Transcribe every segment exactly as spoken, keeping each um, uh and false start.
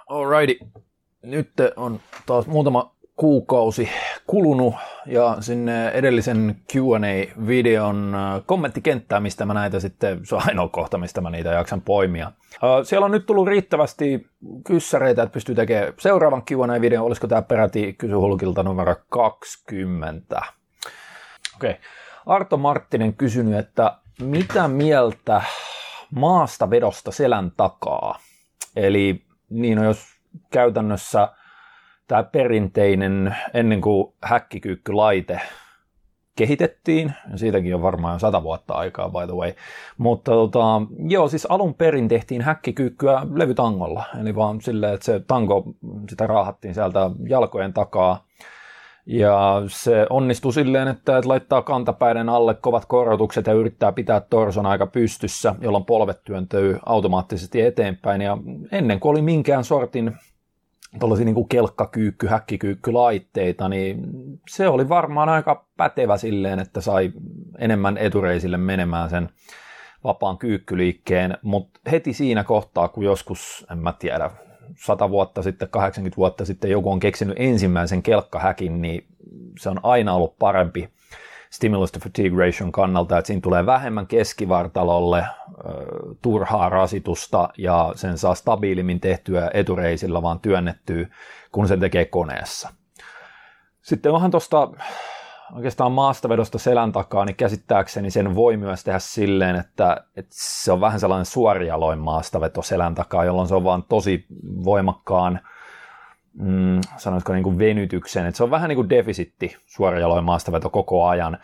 Alrighty. Nyt on taas muutama kuukausi kulunut ja sinne edellisen Q and A-videon kommenttikenttää, mistä mä näitä sitten, se on ainoa kohta, mistä mä niitä jaksan poimia. Siellä on nyt tullut riittävästi kyssäreitä, että pystyy tekemään seuraavan Q and A-videon. Olisiko tämä peräti kysyhulkilta numero kaksikymmentä? Okei. Okay. Arto Marttinen kysynyt, että mitä mieltä maastavedosta selän takaa? Eli niin on, jos käytännössä tämä perinteinen, ennen kuin häkkikyykkylaite kehitettiin, ja siitäkin on varmaan jo sata vuotta aikaa, by the way, mutta tota, joo, siis alun perin tehtiin häkkikyykkyä levytangolla, eli vaan silleen, että se tango, sitä raahattiin sieltä jalkojen takaa, ja se onnistui silleen, että laittaa kantapäiden alle kovat korotukset ja yrittää pitää torson aika pystyssä, jolloin polvet työntyy automaattisesti eteenpäin. Ja ennen kuin oli minkään sortin tuollaisia niin kuin kelkkakyykky, häkkikyykkylaitteita, niin se oli varmaan aika pätevä silleen, että sai enemmän etureisille menemään sen vapaan kyykkyliikkeen. Mutta heti siinä kohtaa, kun joskus, en mä tiedä, sata vuotta sitten, kahdeksankymmentä vuotta sitten joku on keksinyt ensimmäisen kelkkahäkin, niin se on aina ollut parempi stimulus to fatigue ration kannalta, että siinä tulee vähemmän keskivartalolle äh, turhaa rasitusta ja sen saa stabiilimmin tehtyä etureisillä vaan työnnettyä, kun sen tekee koneessa. Sitten onhan tuosta oikeastaan maastavedosta selän takaa, niin käsittääkseni sen voi myös tehdä silleen, että, että se on vähän sellainen suorialoin maastaveto selän takaa, jolloin se on vaan tosi voimakkaan, mm, sanoisiko niin kuin venytyksen, että se on vähän niin kuin defisitti suorialoin maastaveto koko ajan,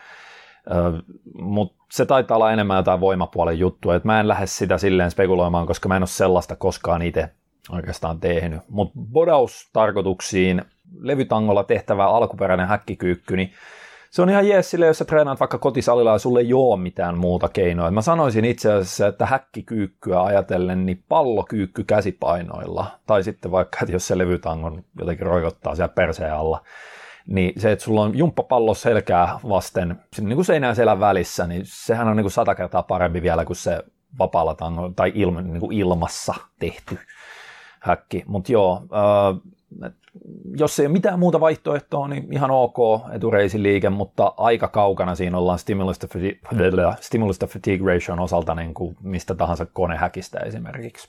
mutta se taitaa olla enemmän jotain voimapuolen juttua, että mä en lähde sitä silleen spekuloimaan, koska mä en ole sellaista koskaan itse oikeastaan tehnyt, mutta bodaustarkoituksiin levytangolla tehtävä alkuperäinen häkkikyykky, niin se on ihan jees sille, jos sä treenaat vaikka kotisalilla ja sulle ei ole mitään muuta keinoa. Mä sanoisin itse asiassa, että häkkikyykkyä ajatellen, niin pallokyykky käsipainoilla, tai sitten vaikka, että jos se levytangon jotenkin roikottaa siellä perseen alla, niin se, että sulla on jumppapallo selkää vasten niin kuin seinän selän välissä, niin sehän on niin kuin sata kertaa parempi vielä kuin se vapaalla tangolla tai ilma, niin kuin ilmassa tehty häkki. Mutta joo, äh, jos ei ole mitään muuta vaihtoehtoa, niin ihan ok etureisiliike, mutta aika kaukana siinä ollaan stimulus to fatigue, stimulus to fatigue ration osalta niin kuin mistä tahansa konehäkistä esimerkiksi.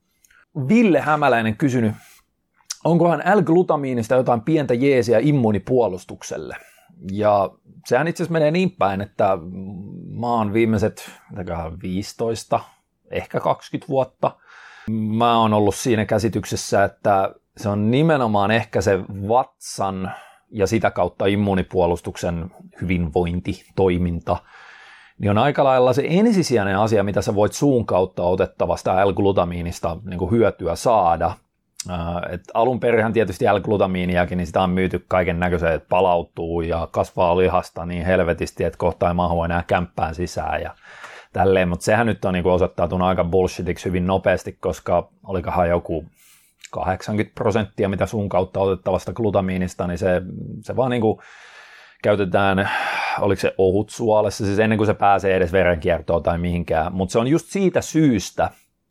Ville Hämäläinen kysynyt, onkohan L-glutamiinista jotain pientä jeesiä immuunipuolustukselle? Ja sehän itse asiassa menee niin päin, että mä oon viimeiset viisitoista, ehkä kaksikymmentä vuotta, mä oon ollut siinä käsityksessä, että se on nimenomaan ehkä se vatsan ja sitä kautta immuunipuolustuksen hyvinvointi, toiminta, niin on aika lailla se ensisijainen asia, mitä sä voit suun kautta otettavasta L-glutamiinista niin kuin hyötyä saada. Et alun perinhän tietysti L-glutamiiniakin, niin sitä on myyty kaiken näköiseen, että palautuu ja kasvaa lihasta niin helvetisti, että kohta ei mahu enää kämppään sisään ja tälleen, mutta sehän nyt on niin kuin osoittautunut aika bullshitiksi hyvin nopeasti, koska olikohan joku kahdeksankymmentä prosenttia, mitä suun kautta otettavasta glutamiinista, niin se, se vaan niin kuin käytetään, oliko se ohutsuolessa, siis ennen kuin se pääsee edes verenkiertoon tai mihinkään, mutta se on just siitä syystä,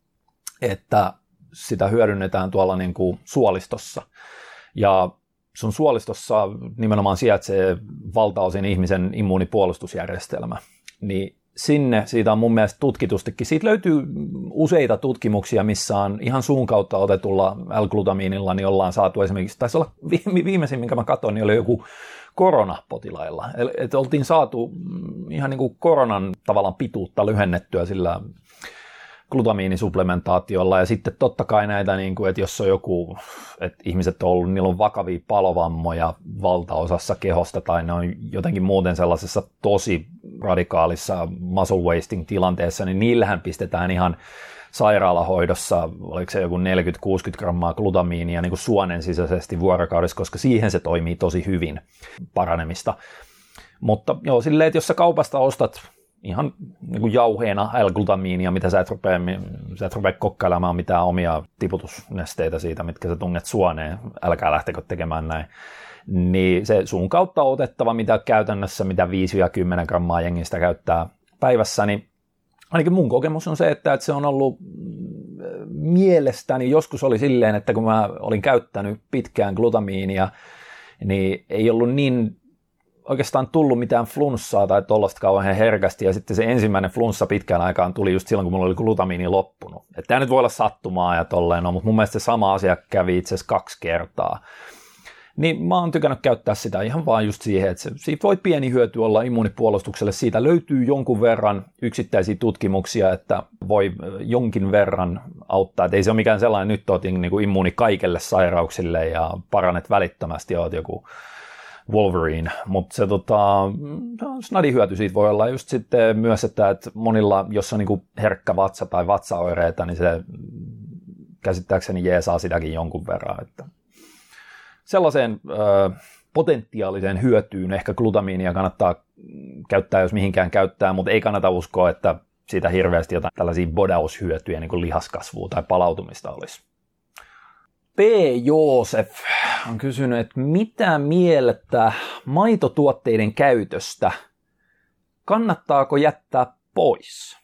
että sitä hyödynnetään tuolla niin kuin suolistossa, ja sun suolistossa nimenomaan sijaitsee valtaosin ihmisen immuunipuolustusjärjestelmä, niin sinne, siitä on mun mielestä tutkitustikin, siitä löytyy useita tutkimuksia, missä on ihan suun kautta otetulla L-glutamiinilla, niin ollaan saatu esimerkiksi, taisi olla viimeisin, minkä mä katsoin, niin oli joku koronapotilailla, että oltiin saatu ihan niin kuin koronan tavallaan pituutta lyhennettyä sillä glutamiinisupplementaatiolla, ja sitten totta kai näitä, niin kuin, että jos on joku, että ihmiset on ollut, niillä on vakavia palovammoja valtaosassa kehosta, tai ne on jotenkin muuten sellaisessa tosi radikaalissa muscle wasting tilanteessa, niin niillähän pistetään ihan sairaalahoidossa, oliko se joku neljäkymmentä kuusikymmentä grammaa glutamiinia niin kuin suonen sisäisesti vuorokaudessa, koska siihen se toimii tosi hyvin paranemista. Mutta joo, silleen, että jos sä kaupasta ostat ihan niin kuin jauheena L-glutamiinia, mitä sä et rupea, sä et rupea kokkailemaan mitään omia tiputusnesteitä siitä, mitkä sä tunnet suoneen, älkää lähtekö tekemään näin, niin se suun kautta otettava, mitä käytännössä, mitä viisi kymmenen grammaa jengistä käyttää päivässä, niin ainakin mun kokemus on se, että se on ollut mielestäni joskus oli silleen, että kun mä olin käyttänyt pitkään glutamiinia, niin ei ollut niin oikeastaan tullut mitään flunssaa tai tollaista kauhean herkästi, ja sitten se ensimmäinen flunssa pitkään aikaan tuli just silloin, kun mulla oli glutamiini loppunut. Että tämä nyt voi olla sattumaa ja tolleen, no, mutta mun mielestä se sama asia kävi itse asiassa kaksi kertaa. Niin mä oon tykännyt käyttää sitä ihan vaan just siihen, että se, siitä voi pieni hyöty olla immuunipuolustukselle. Siitä löytyy jonkun verran yksittäisiä tutkimuksia, että voi jonkin verran auttaa. Et ei se ole mikään sellainen, nyt oot niin kuin immuuni kaikille sairauksille ja parannet välittömästi, oot joku Wolverine, mutta se tota, snadi hyöty siitä voi olla just sitten myös, että, että monilla, jos on niin kuin herkkä vatsa tai vatsaoireita, niin se käsittääkseni jeesaa sitäkin jonkun verran, että sellaiseen ö, potentiaaliseen hyötyyn ehkä glutamiinia kannattaa käyttää, jos mihinkään käyttää, mutta ei kannata uskoa, että siitä hirveästi jotain tällaisia bodaushyötyjä, niin kuin lihaskasvua tai palautumista olisi. P. Joosef on kysynyt, että mitä mieltä maitotuotteiden käytöstä? Kannattaako jättää pois?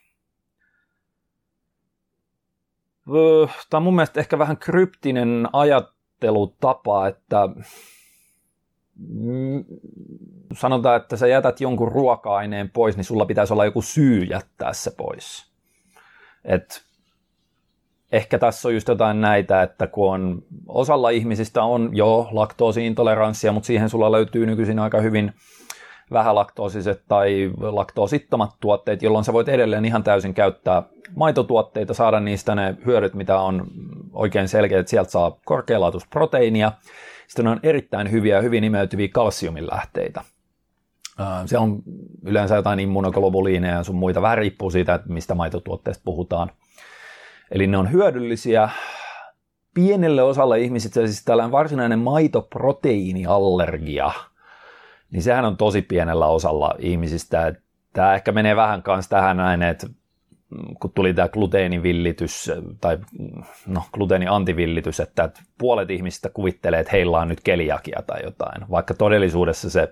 Tämä on mun mielestä ehkä vähän kryptinen ajattelutapa, että sanotaan, että sä jätät jonkun ruoka-aineen pois, niin sulla pitäisi olla joku syy jättää se pois. Et ehkä tässä on just jotain näitä, että kun on, osalla ihmisistä on jo laktoosiintoleranssia, mutta siihen sulla löytyy nykyisin aika hyvin vähälaktoosiset tai laktoosittomat tuotteet, jolloin sä voit edelleen ihan täysin käyttää maitotuotteita, saada niistä ne hyödyt, mitä on oikein selkeä, että sieltä saa korkealaatuista proteiinia. Sitten on erittäin hyviä ja hyvin imeytyviä kalsiumilähteitä. Se on yleensä jotain immunoglobuliineja ja sun muita, vähän riippuu siitä, että mistä maitotuotteista puhutaan. Eli ne on hyödyllisiä pienelle osalle ihmisistä, siis tällainen varsinainen maitoproteiiniallergia, niin sehän on tosi pienellä osalla ihmisistä. Tämä ehkä menee vähän kanssa tähän näin, että kun tuli tämä gluteenivillitys tai no, gluteeniantivillitys, että puolet ihmisistä kuvittelee, että heillä on nyt keliakia tai jotain, vaikka todellisuudessa se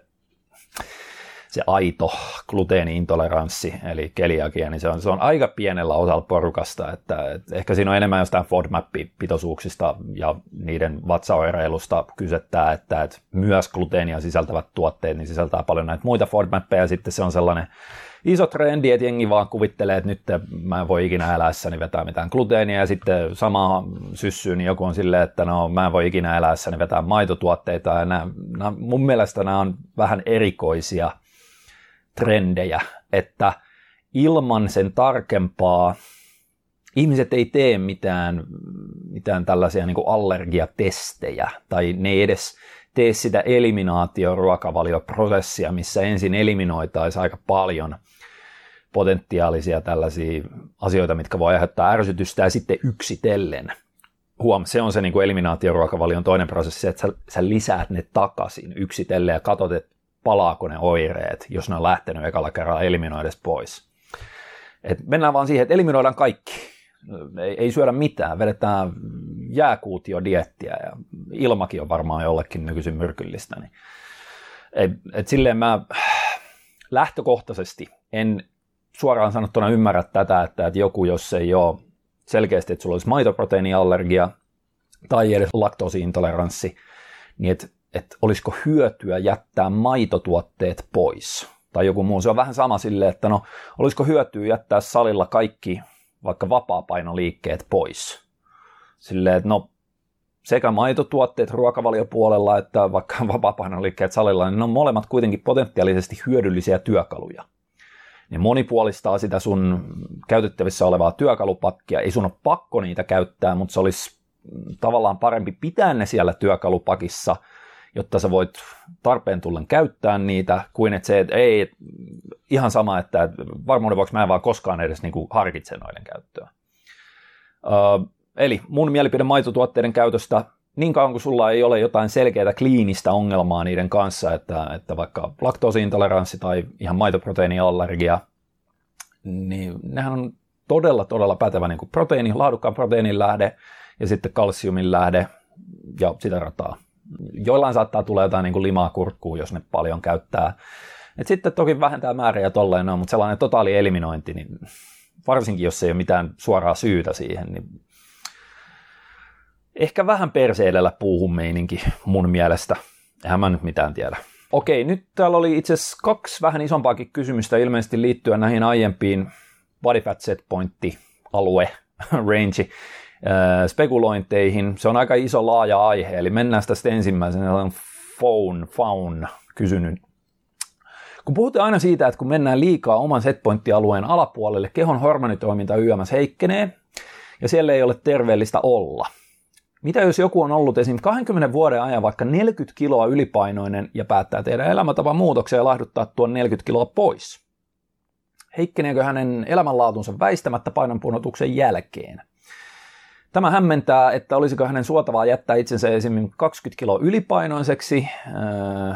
se aito gluteeni-intoleranssi, eli keliakia, niin se on, se on aika pienellä osalla porukasta, että, että ehkä siinä on enemmän jostain FODMAP-pitoisuuksista ja niiden vatsaoireilusta kysettää, että, että myös gluteenia sisältävät tuotteet niin sisältää paljon näitä muita FODMAPeja, ja sitten se on sellainen iso trendi, että jengi vaan kuvittelee, että nyt mä en voi ikinä eläessäni vetää mitään gluteenia, ja sitten sama syssyyn niin joku on silleen, että no mä en voi ikinä eläessäni vetää maitotuotteita, ja nämä, nämä, mun mielestä nämä on vähän erikoisia trendejä, että ilman sen tarkempaa ihmiset ei tee mitään, mitään tällaisia niin kuin allergiatestejä, tai ne ei edes tee sitä eliminaatioruokavalioprosessia, missä ensin eliminoitaisiin aika paljon potentiaalisia tällaisia asioita, mitkä voi aiheuttaa ärsytystä, ja sitten yksitellen. Huom, se on se niin kuin eliminaatioruokavalion toinen prosessi, että sä, sä lisäät ne takaisin yksitellen ja katsot, että palaako ne oireet, jos ne on lähtenyt ekalla kerralla eliminoides pois. Et mennään vaan siihen, että eliminoidaan kaikki. Ei, ei syödä mitään, vedetään jääkuutiodiettiä ja ilmakin on varmaan jollekin nykyisin myrkyllistä. Niin. Et, et silleen mä lähtökohtaisesti en suoraan sanottuna ymmärrä tätä, että, että joku, jos ei ole selkeästi, että sulla olisi maitoproteiiniallergia tai edes laktoosiintoleranssi, niin että että olisiko hyötyä jättää maitotuotteet pois. Tai joku muu. Se on vähän sama silleen, että no, olisiko hyötyä jättää salilla kaikki vaikka vapaapainoliikkeet pois. Silleen, että no, sekä maitotuotteet ruokavaliopuolella että vaikka vapaapainoliikkeet salilla, niin ne on molemmat kuitenkin potentiaalisesti hyödyllisiä työkaluja. Ne monipuolistaa sitä sun käytettävissä olevaa työkalupakkia. Ei sun ole pakko niitä käyttää, mutta se olisi tavallaan parempi pitää ne siellä työkalupakissa, jotta sä voit tarpeen tullen käyttää niitä, kuin että se, että ei, ihan sama, että varmuuden vuoksi mä en vaan koskaan edes niin kuin harkitse noiden käyttöä. Uh, eli mun mielipide maitotuotteiden käytöstä, niin kauan kuin sulla ei ole jotain selkeää kliinistä ongelmaa niiden kanssa, että, että vaikka laktoosiintoleranssi tai ihan maitoproteiiniallergia, niin nehän on todella, todella pätevä niin kuin proteiini, laadukkaan proteiinin lähde ja sitten kalsiumin lähde ja sitä rataa. Joillain saattaa tulla jotain niin kuin limaa kurkkuun, jos ne paljon käyttää. Et sitten toki vähentää määriä tolleen, no, mutta sellainen totaali eliminointi, niin varsinkin jos ei ole mitään suoraa syytä siihen, niin Ehkä vähän perseedellä puuhun meininki mun mielestä. Eihän mä nyt mitään tiedä. Okei, nyt täällä oli itse asiassa kaksi vähän isompaakin kysymystä ilmeisesti liittyen näihin aiempiin body fat set pointti alue, range, äh, spekulointeihin. Se on aika iso laaja aihe, eli mennään tästä ensimmäisenä. On Faun, Faun kysynyt. Kun puhutaan aina siitä, että kun mennään liikaa oman setpointti-alueen alapuolelle, kehon hormonitoiminta Y M S heikkenee ja siellä ei ole terveellistä olla. Mitä jos joku on ollut esimerkiksi kahdenkymmenen vuoden ajan vaikka neljäkymmentä kiloa ylipainoinen ja päättää tehdä elämäntavan muutoksia ja laihduttaa tuon neljäkymmentä kiloa pois? Heikkeneekö hänen elämänlaatunsa väistämättä painonpudotuksen jälkeen? Tämä hämmentää, että olisiko hänen suotavaa jättää itsensä esimerkiksi kaksikymmentä kiloa ylipainoiseksi, öö,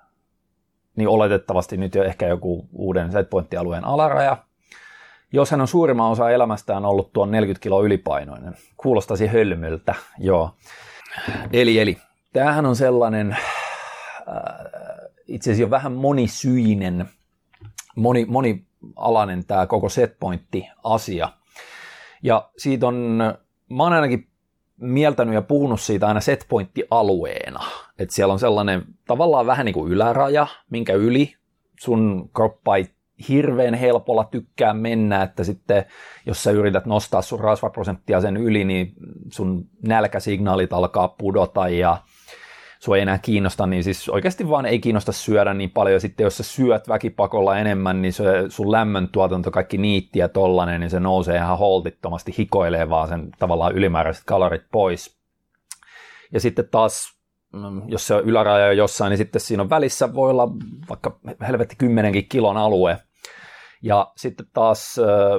niin oletettavasti nyt jo ehkä joku uuden setpointti-alueen alaraja, jos hän on suurimman osa elämästään ollut tuon neljäkymmentä kiloa ylipainoinen. Kuulostaisi hölmöltä, joo. Eli, eli tämähän on sellainen äh, itse asiassa jo vähän monisyinen, moni, monialainen tämä koko setpointti-asia. Ja siitä on, mä oon ainakin mieltänyt ja puhunut siitä aina setpointti-alueena. Että siellä on sellainen tavallaan vähän niin kuin yläraja, minkä yli sun kroppa ei hirveän helpolla tykkää mennä, että sitten jos sä yrität nostaa sun rasvaprosenttia sen yli, niin sun nälkäsignaalit alkaa pudota ja sua ei enää kiinnosta, niin siis oikeasti vaan ei kiinnosta syödä niin paljon. Ja sitten jos sä syöt väkipakolla enemmän, niin se sun lämmöntuotanto, kaikki niitti ja tollanen, niin se nousee ihan holtittomasti, hikoilee vaan sen tavallaan ylimääräiset kalorit pois. Ja sitten taas, jos se yläraja on jossain, niin sitten siinä on välissä voi olla vaikka helvetti kymmenenkin kilon alue. Ja sitten taas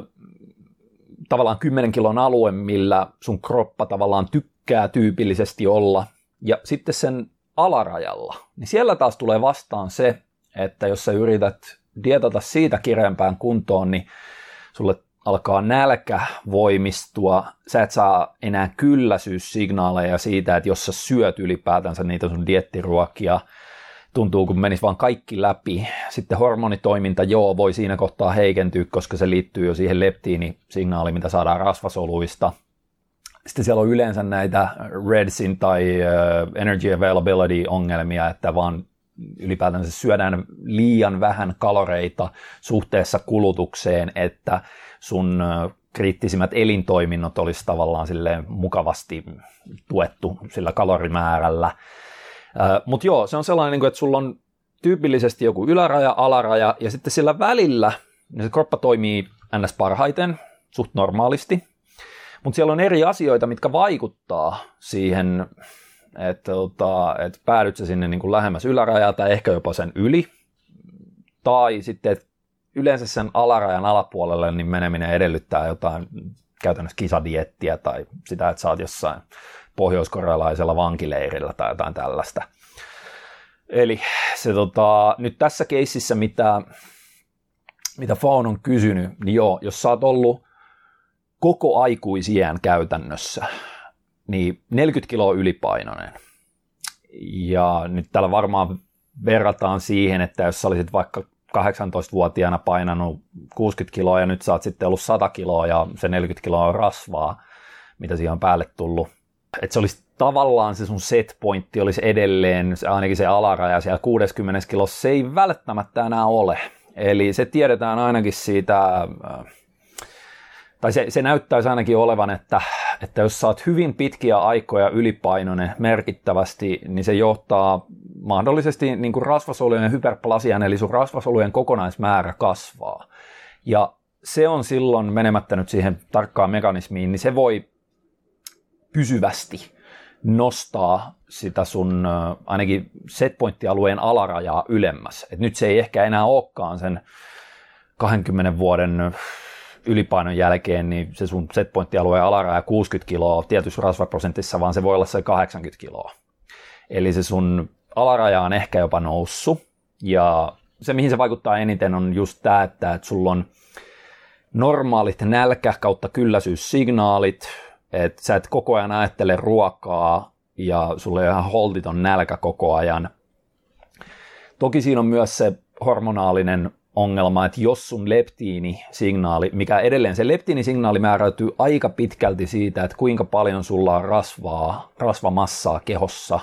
tavallaan kymmenen kilon alue, millä sun kroppa tavallaan tykkää tyypillisesti olla. Ja sitten sen alarajalla, niin siellä taas tulee vastaan se, että jos sä yrität dietata siitä kireämpään kuntoon, niin sulle alkaa nälkä voimistua. Sä et saa enää kylläisyyssignaaleja siitä, että jos sä syöt ylipäätänsä niitä sun diettiruokia, tuntuu kun menisi vaan kaikki läpi. Sitten hormonitoiminta, joo, voi siinä kohtaa heikentyä, koska se liittyy jo siihen leptiinisignaaliin, mitä saadaan rasvasoluista. Sitten siellä on yleensä näitä R E D Sin tai Energy Availability ongelmia, että vaan ylipäätänsä syödään liian vähän kaloreita suhteessa kulutukseen, että sun kriittisimmät elintoiminnot olisi tavallaan silleen mukavasti tuettu sillä kalorimäärällä. Mutta joo, se on sellainen, että sulla on tyypillisesti joku yläraja, alaraja ja sitten sillä välillä niin se kroppa toimii ns. Parhaiten, suht normaalisti. Mutta siellä on eri asioita, mitkä vaikuttaa siihen, että, että päädyt sä sinne niin kuin lähemmäs ylärajaa tai ehkä jopa sen yli. Tai sitten, että yleensä sen alarajan alapuolelle niin meneminen edellyttää jotain käytännössä kisadiettiä tai sitä, että sä oot jossain pohjoiskorealaisella vankileirillä tai jotain tällaista. Eli se, tota, nyt tässä keississä, mitä, mitä Faun on kysynyt, niin joo, jos sä oot ollut koko aikuisiän käytännössä, niin neljäkymmentä kiloa ylipainoinen. Ja nyt täällä varmaan verrataan siihen, että jos sä olisit vaikka kahdeksantoistavuotiaana painanut kuusikymmentä kiloa ja nyt sä oot sitten ollut sata kiloa ja se neljäkymmentä kiloa on rasvaa, mitä siihen on päälle tullut. Että se olisi tavallaan se sun set pointti olisi edelleen, ainakin se alaraja siellä kuusikymmentä kilossa, se ei välttämättä enää ole. Eli se tiedetään ainakin siitä, tai se, se näyttäisi ainakin olevan, että, että jos sä oot hyvin pitkiä aikoja ylipainoinen merkittävästi, niin se johtaa mahdollisesti niin kuin rasvasolujen hyperplasiaan, eli sun rasvasolujen kokonaismäärä kasvaa. Ja se on silloin, menemättä nyt siihen tarkkaan mekanismiin, niin se voi pysyvästi nostaa sitä sun ainakin setpointti-alueen alarajaa ylemmäs. Et nyt se ei ehkä enää olekaan sen kahdenkymmenen vuoden ylipainon jälkeen, niin se sun setpointti-alueen alaraja kuusikymmentä kiloa tietyssä rasvaprosentissa, vaan se voi olla se kahdeksankymmentä kiloa. Eli se sun alaraja on ehkä jopa noussut. Ja se, mihin se vaikuttaa eniten, on just tämä, että sulla on normaalit nälkä kautta kylläisyyssignaalit, että sä et koko ajan ajattele ruokaa ja sulla on ihan holtiton nälkä koko ajan. Toki siinä on myös se hormonaalinen ongelma, että jos sun leptiinisignaali, mikä edelleen se leptiinisignaali määräytyy aika pitkälti siitä, että kuinka paljon sulla on rasvaa, rasvamassaa kehossa.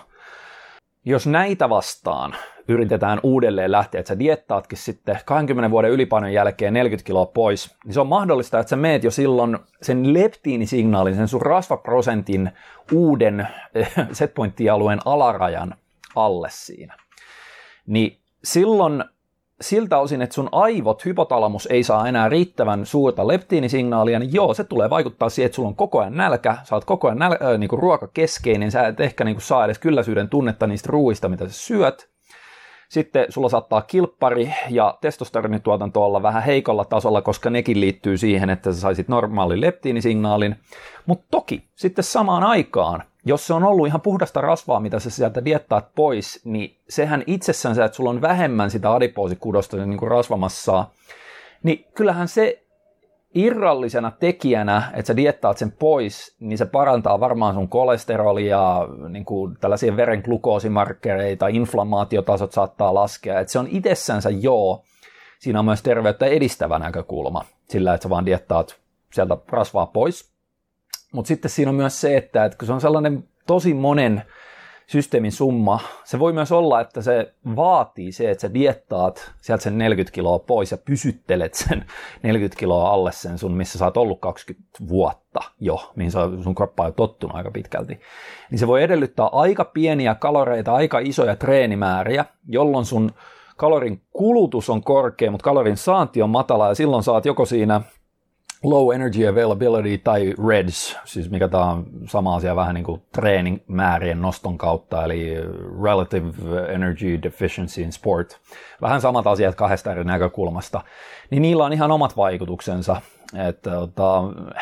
Jos näitä vastaan yritetään uudelleen lähteä, että sä diettaatkin sitten kaksikymmentä vuoden ylipainon jälkeen neljäkymmentä kiloa pois, niin se on mahdollista, että sä meet jo silloin sen leptiinisignaalin, sen sun rasvaprosentin uuden setpointtialueen alarajan alle siinä. Niin silloin siltä osin, että sun aivot, hypotalamus ei saa enää riittävän suurta leptiinisignaalia, niin joo, se tulee vaikuttaa siihen, että sulla on koko ajan nälkä, sä oot koko ajan näl- äh, niinku ruokakeskeinen, sä et ehkä niinku saa edes kylläisyyden tunnetta niistä ruuista, mitä sä syöt. Sitten sulla saattaa kilppari ja testosteronituotanto olla vähän heikolla tasolla, koska nekin liittyy siihen, että sä saisit normaalin leptiinisignaalin. Mutta toki sitten samaan aikaan, jos se on ollut ihan puhdasta rasvaa, mitä sä sieltä diettaat pois, niin sehän itsessänsä, että sulla on vähemmän sitä adipoosikudosta, niin kuin rasvamassaa, niin kyllähän se irrallisena tekijänä, että sä diettaat sen pois, niin se parantaa varmaan sun kolesterolia, niin kuin tällaisia veren glukoosimarkkereita, inflammaatiotasot saattaa laskea, että se on itsessänsä joo, siinä on myös terveyttä edistävä näkökulma, sillä että sä vaan diettaat sieltä rasvaa pois. Mutta sitten siinä on myös se, että, että kun se on sellainen tosi monen systeemin summa, se voi myös olla, että se vaatii se, että sä diettaat sieltä sen neljäkymmentä kiloa pois ja pysyttelet sen neljäkymmentä kiloa alle sen sun, missä sä oot ollut kaksikymmentä vuotta jo, mihin sun kroppa on jo tottunut aika pitkälti. Niin se voi edellyttää aika pieniä kaloreita, aika isoja treenimääriä, jolloin sun kalorin kulutus on korkea, mutta kalorin saanti on matala ja silloin saat joko siinä low energy availability tai R E D S, siis mikä tämä on sama asia vähän niin kuin treeningmäärien noston kautta, eli Relative Energy Deficiency in Sport. Vähän samat asiat kahdesta eri näkökulmasta. Niin niillä on ihan omat vaikutuksensa. Että, ota,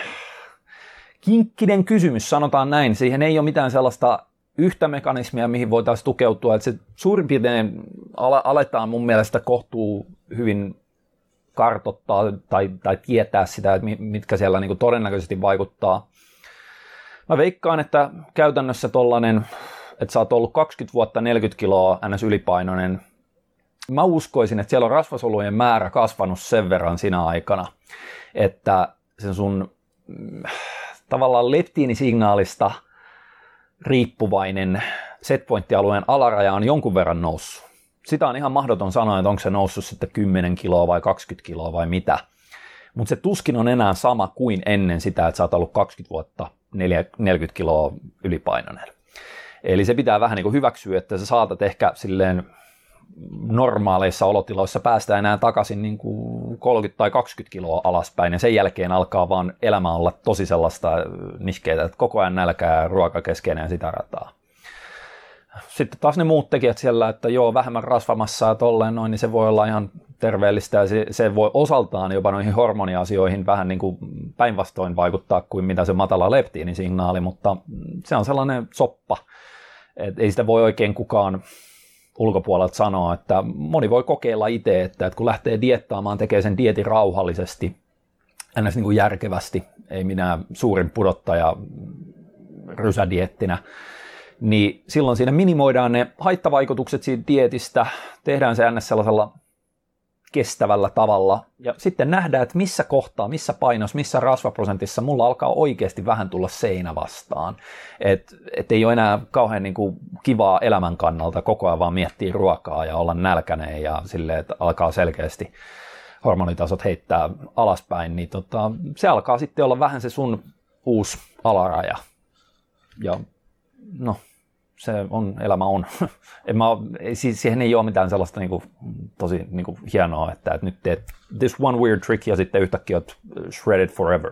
kinkkinen kysymys, sanotaan näin. Siihen ei ole mitään sellaista yhtä mekanismia, mihin voitaisiin tukeutua. Että se suurin piirtein aletaan mun mielestä kohtuu hyvin kartoittaa tai, tai tietää sitä, että mitkä siellä niin kuin todennäköisesti vaikuttaa. Mä veikkaan, että käytännössä tollainen, että sä oot ollut kaksikymmentä vuotta neljäkymmentä kiloa ns. Ylipainoinen. Mä uskoisin, että siellä on rasvasolujen määrä kasvanut sen verran siinä aikana, että sen sun tavallaan leptiinisignaalista riippuvainen setpointtialueen alaraja on jonkun verran noussut. Sitä on ihan mahdoton sanoa, että onko se noussut sitten kymmenen kiloa vai kaksikymmentä kiloa vai mitä. Mutta se tuskin on enää sama kuin ennen sitä, että sä oot ollut kaksikymmentä vuotta neljäkymmentä kiloa ylipainoinen. Eli se pitää vähän niin kuin hyväksyä, että sä saatat ehkä silleen normaaleissa olotiloissa päästä enää takaisin niin kuin kolmekymmentä tai kaksikymmentä kiloa alaspäin. Ja sen jälkeen alkaa vaan elämä olla tosi sellaista nihkeitä, että koko ajan nälkää ja ruokakeskeinen ja sitä rataa. Sitten taas ne muut tekijät siellä, että joo, vähemmän rasvamassaa ja tolleen noin, niin se voi olla ihan terveellistä ja se, se voi osaltaan jopa noihin hormoniasioihin vähän niin kuin päinvastoin vaikuttaa kuin mitä se matala leptiinisignaali, mutta se on sellainen soppa, että ei sitä voi oikein kukaan ulkopuolelta sanoa, että moni voi kokeilla itse, että, että kun lähtee diettaamaan, tekee sen dietin rauhallisesti, ennäs niin kuin järkevästi, ei minä suurin pudottaja rysädiettinä, niin silloin siinä minimoidaan ne haittavaikutukset siitä dietistä, tehdään se ns. Sellaisella kestävällä tavalla ja sitten nähdään, että missä kohtaa, missä painos, missä rasvaprosentissa mulla alkaa oikeasti vähän tulla seinä vastaan. Että et ei ole enää kauhean niin kuin kivaa elämän kannalta koko ajan vaan miettiä ruokaa ja olla nälkäinen ja silleen, että alkaa selkeästi hormonitasot heittää alaspäin, niin tota, se alkaa sitten olla vähän se sun uusi alaraja. Ja no, se on, elämä on. En mä, siis siihen ei ole mitään sellaista niin kuin, tosi niin kuin, hienoa, että, että nyt teet this one weird trick ja sitten yhtäkkiä olet shredded forever.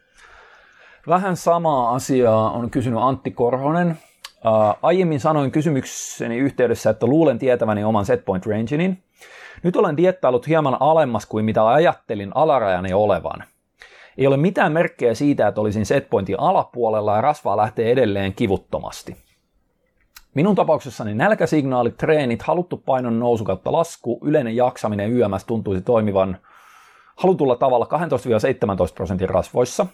Vähän samaa asiaa on kysynyt Antti Korhonen. Uh, aiemmin sanoin kysymykseni yhteydessä, että luulen tietäväni oman setpoint rangeni. Nyt olen diettailut hieman alemmas kuin mitä ajattelin alarajani olevan. Ei ole mitään merkkejä siitä, että olisin setpointin alapuolella ja rasvaa lähtee edelleen kivuttomasti. Minun tapauksessani nälkäsignaalit, treenit, haluttu painon nousu kautta lasku, yleinen jaksaminen Y M S tuntuisi toimivan halutulla tavalla kaksitoista seitsemäntoista prosentin rasvoissa.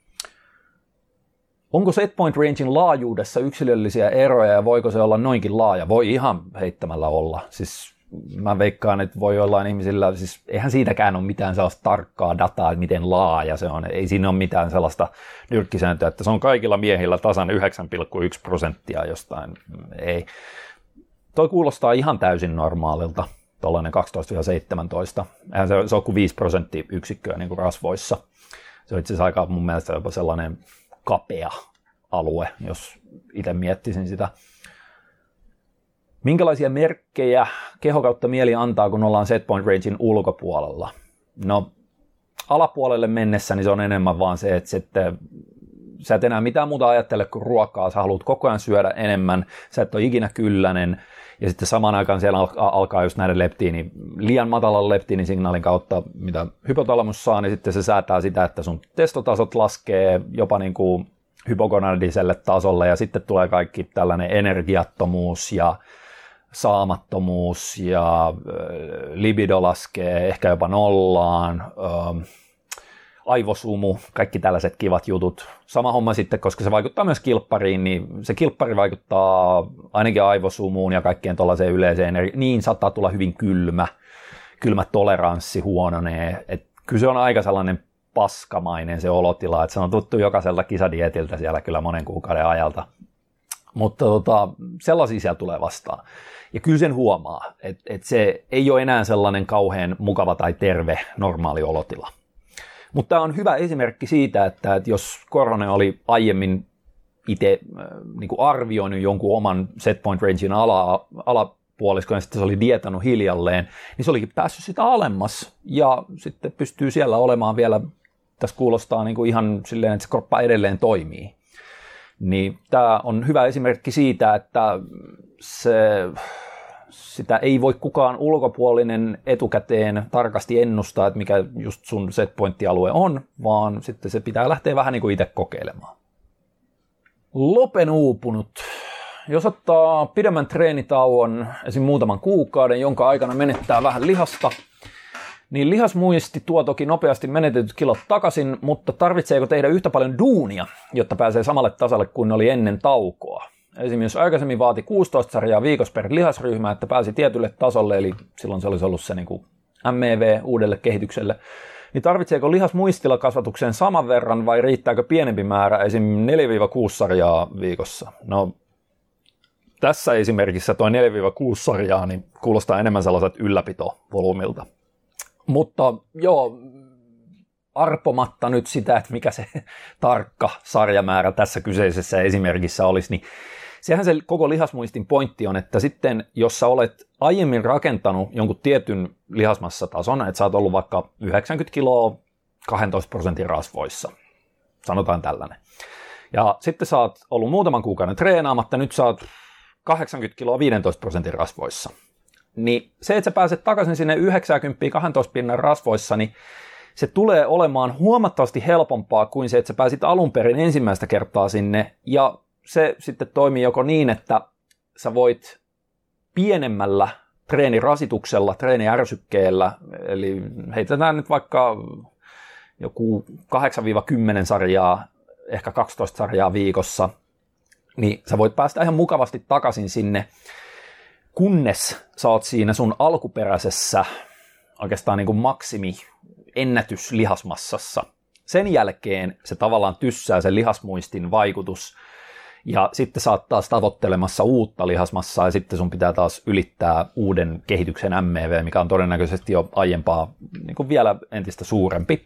Onko setpoint rangein laajuudessa yksilöllisiä eroja ja voiko se olla noinkin laaja? Voi ihan heittämällä olla. Siis mä veikkaan, että voi jollain ihmisillä, siis eihän siitäkään ole mitään sellaista tarkkaa dataa, että miten laaja se on. Ei siinä ole mitään sellaista nyrkkisääntöä, että se on kaikilla miehillä tasan yhdeksän pilkku yksi prosenttia jostain. Ei. Toi kuulostaa ihan täysin normaalilta, tuollainen kaksitoista seitsemäntoista. Eihän se, se ole kuin viisi prosenttiyksikköä niin kuin rasvoissa. Se on itse asiassa aika mun mielestä jopa sellainen kapea alue, jos itse miettisin sitä. Minkälaisia merkkejä keho kautta mieli antaa, kun ollaan set point rangein ulkopuolella? No, alapuolelle mennessä niin se on enemmän vaan se, että sitten sä et enää mitään muuta ajattele kuin ruokaa, sä haluat koko ajan syödä enemmän, sä et ole ikinä kyllänen, ja sitten samaan aikaan siellä alkaa just näiden leptiini, liian matalan leptiinisignaalin kautta, mitä hypotalamus saa, niin sitten se säätää sitä, että sun testotasot laskee jopa niin kuin hypogonadiselle tasolle, ja sitten tulee kaikki tällainen energiattomuus ja saamattomuus ja libido laskee ehkä jopa nollaan, aivosumu, kaikki tällaiset kivat jutut. Sama homma sitten, koska se vaikuttaa myös kilppariin, niin se kilppari vaikuttaa ainakin aivosumuun ja kaikkeen tuollaiseen yleiseen, niin saattaa tulla hyvin kylmä, kylmä toleranssi huononee, et kyllä se on aika sellainen paskamainen se olotila, että se on tuttu jokaiselta kisadietiltä siellä kyllä monen kuukauden ajalta. Mutta tota, sellaisia siellä tulee vastaan. Ja kyllä sen huomaa, että, että se ei ole enää sellainen kauhean mukava tai terve normaali olotila. Mutta tämä on hyvä esimerkki siitä, että, että jos Korhonen oli aiemmin itse äh, niin kuin arvioinut jonkun oman set point rangein ala, alapuoliskon ja sitten se oli dietannut hiljalleen, niin se olikin päässyt sitä alemmas ja sitten pystyy siellä olemaan vielä, tässä kuulostaa niin kuin ihan silleen, että se kroppa edelleen toimii. Niin tämä on hyvä esimerkki siitä, että se, sitä ei voi kukaan ulkopuolinen etukäteen tarkasti ennustaa, että mikä just sun setpointti-alue on, vaan sitten se pitää lähteä vähän niin kuin itse kokeilemaan. Lopen uupunut. Jos ottaa pidemmän treenitauon, esim. Muutaman kuukauden, jonka aikana menettää vähän lihasta, niin lihasmuisti tuo toki nopeasti menetetyt kilot takaisin, mutta tarvitseeko tehdä yhtä paljon duunia, jotta pääsee samalle tasalle kuin oli ennen taukoa? Esimerkiksi jos aikaisemmin vaati kuusitoista sarjaa viikossa per lihasryhmä, että pääsi tietylle tasolle, eli silloin se olisi ollut se niin kuin M E V uudelle kehitykselle, niin tarvitseeko lihasmuistilla kasvatukseen saman verran vai riittääkö pienempi määrä, esimerkiksi neljä kuusi sarjaa viikossa? No, tässä esimerkissä tuo neljä kuusi sarjaa niin kuulostaa enemmän sellaiset ylläpitovolyymilta. Mutta joo, arpomatta nyt sitä, että mikä se tarkka sarjamäärä tässä kyseisessä esimerkissä olisi, niin sehän se koko lihasmuistin pointti on, että sitten jos sä olet aiemmin rakentanut jonkun tietyn lihasmassatason, että sä oot ollut vaikka yhdeksänkymmentä kiloa kaksitoista prosentin rasvoissa, sanotaan tällainen, ja sitten sä oot ollut muutaman kuukauden treenaamatta, nyt sä oot kahdeksankymmentä kiloa viisitoista prosentin rasvoissa, niin se, että sä pääset takaisin sinne yhdeksänkymmentä kaksitoista pinnan rasvoissa, niin se tulee olemaan huomattavasti helpompaa kuin se, että sä pääsit alun perin ensimmäistä kertaa sinne, ja se sitten toimii joko niin, että sä voit pienemmällä treenirasituksella, treeniärsykkeellä, eli heitetään nyt vaikka joku kahdeksan kymmenen sarjaa, ehkä kaksitoista sarjaa viikossa, niin sä voit päästä ihan mukavasti takaisin sinne, kunnes sä oot siinä sun alkuperäisessä oikeastaan niin kuin maksimi ennätyslihasmassassa. Sen jälkeen se tavallaan tyssää sen lihasmuistin vaikutus, ja sitten sä oot taas tavoittelemassa uutta lihasmassaa, ja sitten sun pitää taas ylittää uuden kehityksen M E V, mikä on todennäköisesti jo aiempaa niin kuin vielä entistä suurempi.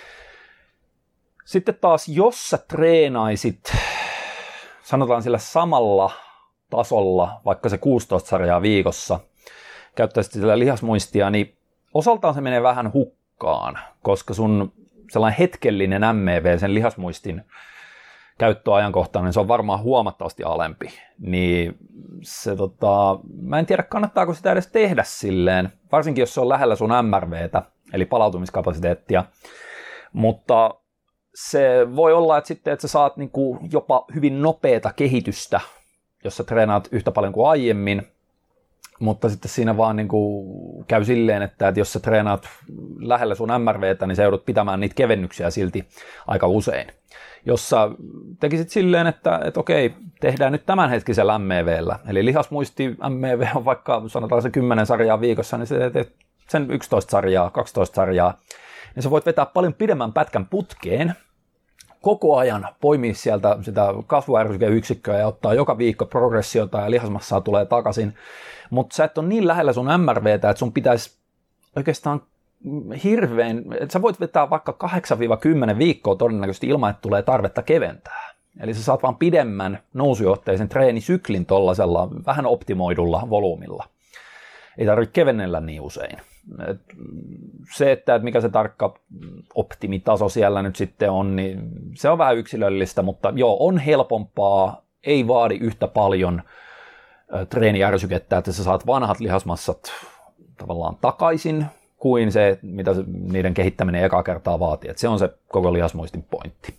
Sitten taas, jos sä treenaisit, sanotaan sillä samalla tasolla, vaikka se kuusitoista sarjaa viikossa, käyttäisit sillä lihasmuistia, niin osaltaan se menee vähän hukkaan, koska sun sellainen hetkellinen M E V, sen lihasmuistin käyttöajankohtainen, se on varmaan huomattavasti alempi. Niin se, tota, mä en tiedä, kannattaako sitä edes tehdä silleen, varsinkin jos se on lähellä sun M R V:tä, eli palautumiskapasiteettia. Mutta se voi olla, että sitten että sä saat niinku jopa hyvin nopeata kehitystä, jos sä treenaat yhtä paljon kuin aiemmin, mutta sitten siinä vaan niin kuin käy silleen, että, että jos sä treenaat lähellä sun M R V:tä, niin sä joudut pitämään niitä kevennyksiä silti aika usein. Jos sä tekisit silleen, että, että okei, tehdään nyt tämänhetkisellä M E V:llä. Eli lihasmuisti M E V on vaikka sanotaan se kymmenen sarjaa viikossa, niin se teet sen yksitoista sarjaa, kaksitoista sarjaa. Niin sä voit vetää paljon pidemmän pätkän putkeen, koko ajan poimia sieltä sitä kasvuärsykeyksikköä ja ottaa joka viikko progressiota ja lihasmassaa tulee takaisin. Mutta sä et ole niin lähellä sun M R V:tä, että sun pitäisi oikeastaan hirveän, että sä voit vetää vaikka kahdeksan kymmenen viikkoa todennäköisesti ilman, että tulee tarvetta keventää. Eli sä saat vaan pidemmän nousujohteisen treenisyklin tollasella vähän optimoidulla volyymilla. Ei tarvitse kevennellä niin usein. Et se, että mikä se tarkka optimitaso siellä nyt sitten on, niin se on vähän yksilöllistä, mutta joo, on helpompaa, ei vaadi yhtä paljon treeniärsykettä, että sä saat vanhat lihasmassat tavallaan takaisin, kuin se, mitä niiden kehittäminen eka kertaa vaatii. Et se on se koko lihasmuistin pointti.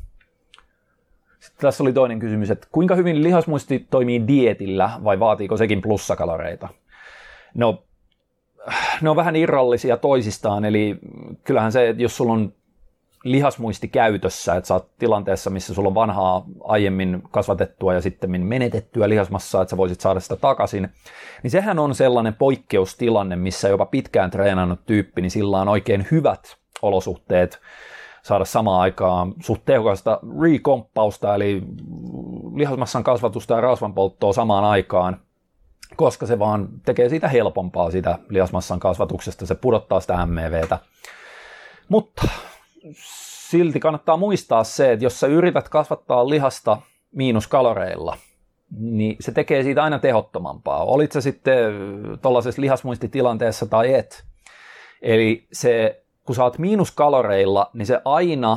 Sitten tässä oli toinen kysymys, että kuinka hyvin lihasmuisti toimii dietillä vai vaatiiko sekin plussakaloreita? No, ne on vähän irrallisia toisistaan, eli kyllähän se, että jos sulla on lihasmuisti käytössä, että sä oot tilanteessa, missä sulla on vanhaa aiemmin kasvatettua ja sitten menetettyä lihasmassaa, että sä voisit saada sitä takaisin, niin sehän on sellainen poikkeustilanne, missä jopa pitkään treenannut tyyppi, niin sillä on oikein hyvät olosuhteet saada samaan aikaan suht tehokasta rekomppausta, eli lihasmassan kasvatusta ja rasvanpolttoa samaan aikaan, koska se vaan tekee siitä helpompaa siitä lihasmassan kasvatuksesta, se pudottaa sitä M E V:tä. Mutta silti kannattaa muistaa se, että jos sä yrität kasvattaa lihasta miinuskaloreilla, niin se tekee siitä aina tehottomampaa. Olit sä sitten tuollaisessa lihasmuistitilanteessa tai et. Eli se, kun sä oot miinuskaloreilla, niin se aina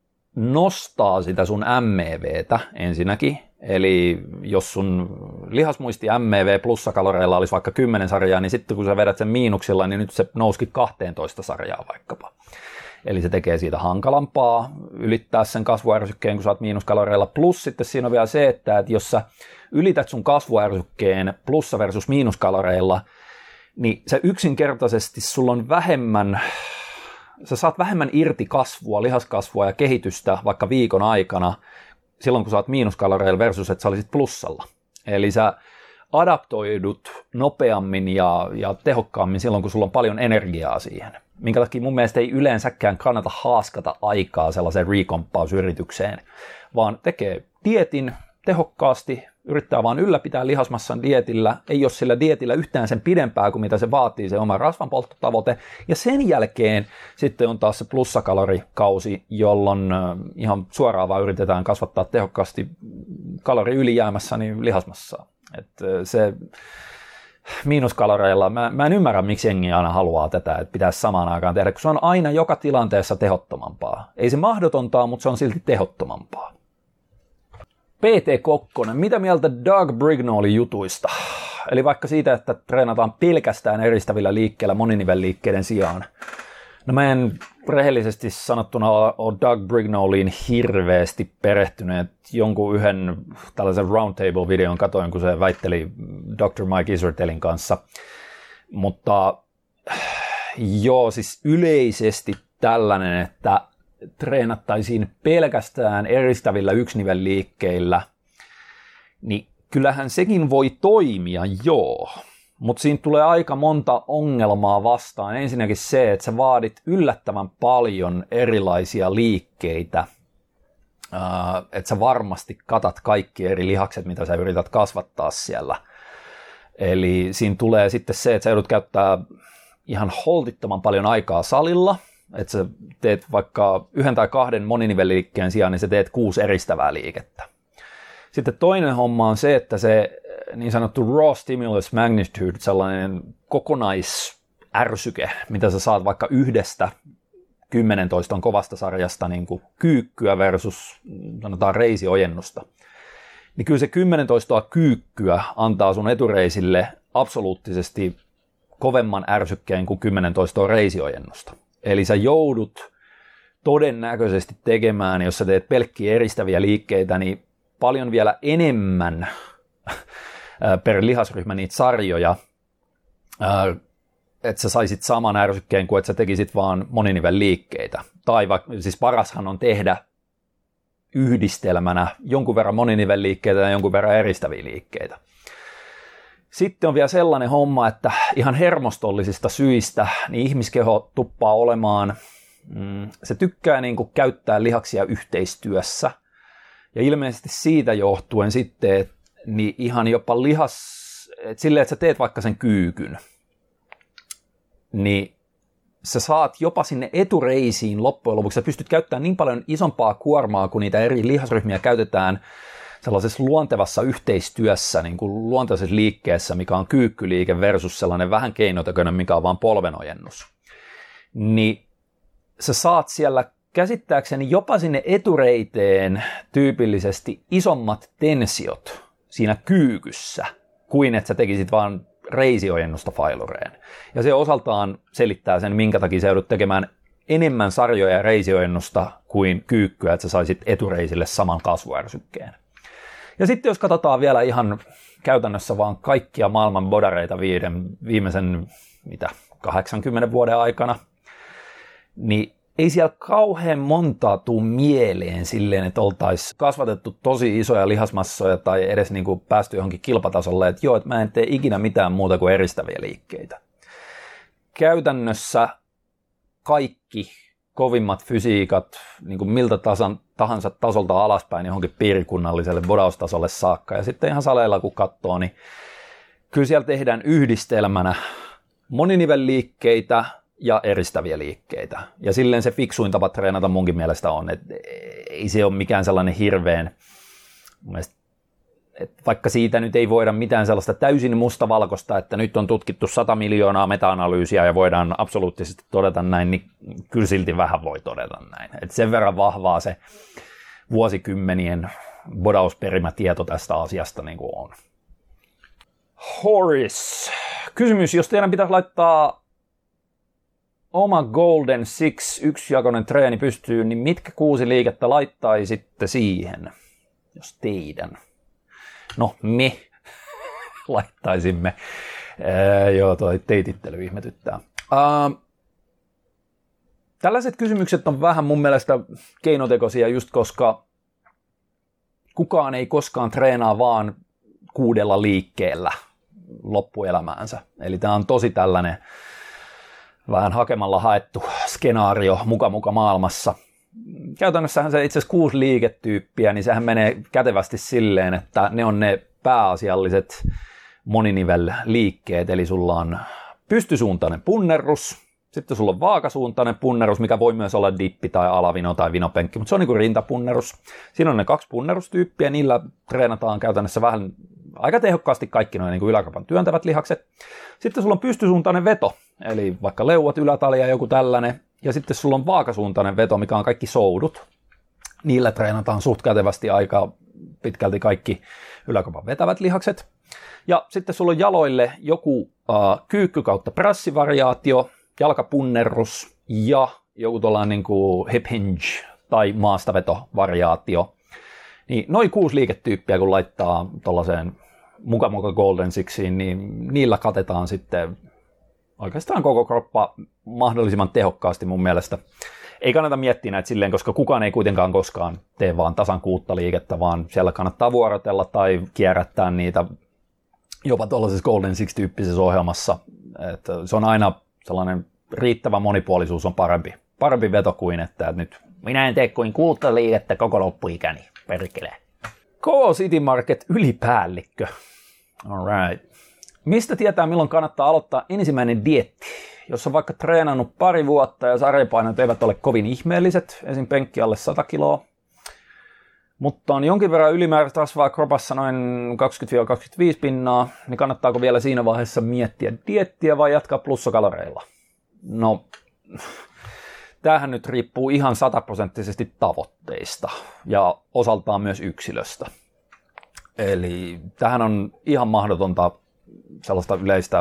nostaa sitä sun M E V:tä ensinnäkin. Eli jos sun lihasmuisti M E V plussakaloreilla olisi vaikka kymmenen sarjaa, niin sitten kun sä vedät sen miinuksilla, niin nyt se nousikin kaksitoista sarjaa vaikkapa. Eli se tekee siitä hankalampaa ylittää sen kasvuärsykkeen, kun sä oot miinuskaloreilla. Plus sitten siinä on vielä se, että jos sä ylität sun kasvuärsykkeen plussa versus miinuskaloreilla, niin se yksinkertaisesti sulla on vähemmän, sä saat vähemmän irti kasvua, lihaskasvua ja kehitystä vaikka viikon aikana, silloin kun sä oot miinuskaloreilla versus, että sä olisit plussalla. Eli sä adaptoidut nopeammin ja, ja tehokkaammin silloin, kun sulla on paljon energiaa siihen. Minkä takia mun mielestä ei yleensäkään kannata haaskata aikaa sellaiseen rekomppausyritykseen, vaan tekee dieetin tehokkaasti, yrittää vaan ylläpitää lihasmassan dietillä, ei ole sillä dietillä yhtään sen pidempää kuin mitä se vaatii se oma rasvanpolttotavoite, ja sen jälkeen sitten on taas se plussakalorikausi, jolloin ihan suoraan vaan yritetään kasvattaa tehokkaasti kalori ylijäämässä niin lihasmassaa. Että se miinuskaloreilla, mä, mä en ymmärrä, miksi jengi aina haluaa tätä, että pitäisi samaan aikaan tehdä, kun se on aina joka tilanteessa tehottomampaa. Ei se mahdotontaa, mutta se on silti tehottomampaa. P T Kokkonen, mitä mieltä Doug Brignolin jutuista? Eli vaikka siitä, että treenataan pelkästään eristävillä liikkeillä moninivelliikkeiden sijaan. No mä en rehellisesti sanottuna ole Doug Brignoliin hirveästi perehtynyt. Jonkun yhden tällaisen roundtable-videon katoin, kun se väitteli doktor Mike Isertelin kanssa. Mutta joo, siis yleisesti tällainen, että treenattaisiin pelkästään eristävillä yksinivelliikkeillä, niin kyllähän sekin voi toimia, joo. Mutta siinä tulee aika monta ongelmaa vastaan. Ensinnäkin se, että sä vaadit yllättävän paljon erilaisia liikkeitä, että sä varmasti katat kaikki eri lihakset, mitä sä yrität kasvattaa siellä. Eli siinä tulee sitten se, että sä joudut käyttää ihan holtittoman paljon aikaa salilla, että sä teet vaikka yhden tai kahden moninivelliikkeen sijaan, niin sä teet kuusi eristävää liikettä. Sitten toinen homma on se, että se niin sanottu raw stimulus magnitude, sellainen kokonaisärsyke, mitä sä saat vaikka yhdestä kymmenen toiston kovasta sarjasta niin kuin kyykkyä versus sanotaan reisiojennusta. Niin kyllä se kymmenen toistoa kyykkyä antaa sun etureisille absoluuttisesti kovemman ärsykkeen kuin kymmenen toistoa reisiojennusta. Eli sä joudut todennäköisesti tekemään, jos sä teet pelkkiä eristäviä liikkeitä, niin paljon vielä enemmän per lihasryhmä niitä sarjoja, että sä saisit saman ärsykkeen kuin että sä tekisit vaan moninivelliikkeitä. Tai vaikka, siis parashan on tehdä yhdistelmänä jonkun verran moninivelliikkeitä ja jonkun verran eristäviä liikkeitä. Sitten on vielä sellainen homma, että ihan hermostollisista syistä niin ihmiskeho tuppaa olemaan, mm, se tykkää niin kuin käyttää lihaksia yhteistyössä. Ja ilmeisesti siitä johtuen sitten, että niin ihan jopa lihas, että silleen, että sä teet vaikka sen kyykyn, niin sä saat jopa sinne etureisiin loppujen lopuksi, sä pystyt käyttämään niin paljon isompaa kuormaa, kun niitä eri lihasryhmiä käytetään sellaisessa luontevassa yhteistyössä, niin kuin luontaisessa liikkeessä, mikä on kyykkyliike versus sellainen vähän keinotekoinen, mikä on vaan polvenojennus. Niin sä saat siellä käsittääkseni jopa sinne etureiteen tyypillisesti isommat tensiot siinä kyykyssä, kuin että sä tekisit vaan reisiojennusta failureen. Ja se osaltaan selittää sen, minkä takia sä joudut tekemään enemmän sarjoja ja reisiojennusta kuin kyykkyä, että sä saisit etureisille saman kasvuärsykkeen. Ja sitten jos katsotaan vielä ihan käytännössä vaan kaikkia maailman bodareita viiden, viimeisen mitä, kahdeksankymmenen vuoden aikana, niin ei siellä kauhean montaa tuu mieleen silleen, että oltaisiin kasvatettu tosi isoja lihasmassoja tai edes niin kuin päästy johonkin kilpatasolle, että joo, että mä en tee ikinä mitään muuta kuin eristäviä liikkeitä. Käytännössä kaikki kovimmat fysiikat, niin kuin miltä tasan, tahansa tasolta alaspäin johonkin piirikunnalliselle bodaustasolle saakka, ja sitten ihan saleilla kun katsoo, niin kyllä siellä tehdään yhdistelmänä moninivelliikkeitä ja eristäviä liikkeitä. Ja silleen se fiksuin tapa treenata munkin mielestä on, että ei se ole mikään sellainen hirveän, että vaikka siitä nyt ei voida mitään sellaista täysin mustavalkoista, että nyt on tutkittu sata miljoonaa meta-analyysiä ja voidaan absoluuttisesti todeta näin, niin kyllä silti vähän voi todeta näin. Että sen verran vahvaa se vuosikymmenien bodausperimätieto tästä asiasta niin kuin on. Horace. Kysymys, jos teidän pitäisi laittaa oma Golden Six yksijakoinen treeni pystyyn, niin mitkä kuusi liikettä laittaisitte siihen, jos teidän? No, me laittaisimme. Ää, joo, toi teitittely ihmetyttää. Ää, tällaiset kysymykset on vähän mun mielestä keinotekoisia, just koska kukaan ei koskaan treenaa vaan kuudella liikkeellä loppuelämäänsä. Eli tämä on tosi tällainen vähän hakemalla haettu skenaario muka muka maailmassa. Käytännössähän se itse asiassa kuusi liiketyyppiä, niin sehän menee kätevästi silleen, että ne on ne pääasialliset moninivel-liikkeet, eli sulla on pystysuuntainen punnerrus, sitten sulla on vaakasuuntainen punnerus, mikä voi myös olla dippi tai alavino tai vinopenkki, mutta se on niin kuin rintapunnerus. Siinä on ne kaksi punnerustyyppiä, niillä treenataan käytännössä vähän aika tehokkaasti kaikki noin niin kuin yläkropan työntävät lihakset. Sitten sulla on pystysuuntainen veto, eli vaikka leuat, ylätalja ja joku tällainen. Ja sitten sulla on vaakasuuntainen veto, mikä on kaikki soudut. Niillä treenataan suht kätevästi aika pitkälti kaikki yläkropan vetävät lihakset. Ja sitten sulla on jaloille joku äh, kyykky kautta prassivariaatio, jalkapunnerrus ja joku tuollainen niin kuin hip hinge tai maastavetovariaatio. Niin noin kuusi liiketyyppiä, kun laittaa tuollaiseen muka muka Golden Sixiin, niin niillä katetaan sitten oikeastaan koko kroppa mahdollisimman tehokkaasti mun mielestä. Ei kannata miettiä näitä silleen, koska kukaan ei kuitenkaan koskaan tee vaan tasan kuutta liikettä, vaan siellä kannattaa vuorotella tai kierrättää niitä jopa tuollaisessa Golden Six-tyyppisessä ohjelmassa. Että se on aina sellainen riittävä monipuolisuus on parempi, parempi veto kuin, että nyt minä en tee kuin kuutta liikettä koko loppuikäni, perkele. K City Market ylipäällikkö. All right. Mistä tietää, milloin kannattaa aloittaa ensimmäinen dieetti? Jos on vaikka treenannut pari vuotta ja sarjapainot eivät ole kovin ihmeelliset, esim. Penkki alle sata kiloa, mutta on jonkin verran ylimääräistä rasvaa kropassa noin kaksikymmentä kaksikymmentäviisi pinnaa, niin kannattaako vielä siinä vaiheessa miettiä dieettiä vai jatkaa plussakaloreilla? No, tämähän nyt riippuu ihan sataprosenttisesti tavoitteista ja osaltaan myös yksilöstä. Eli tähän on ihan mahdotonta sellaista yleistä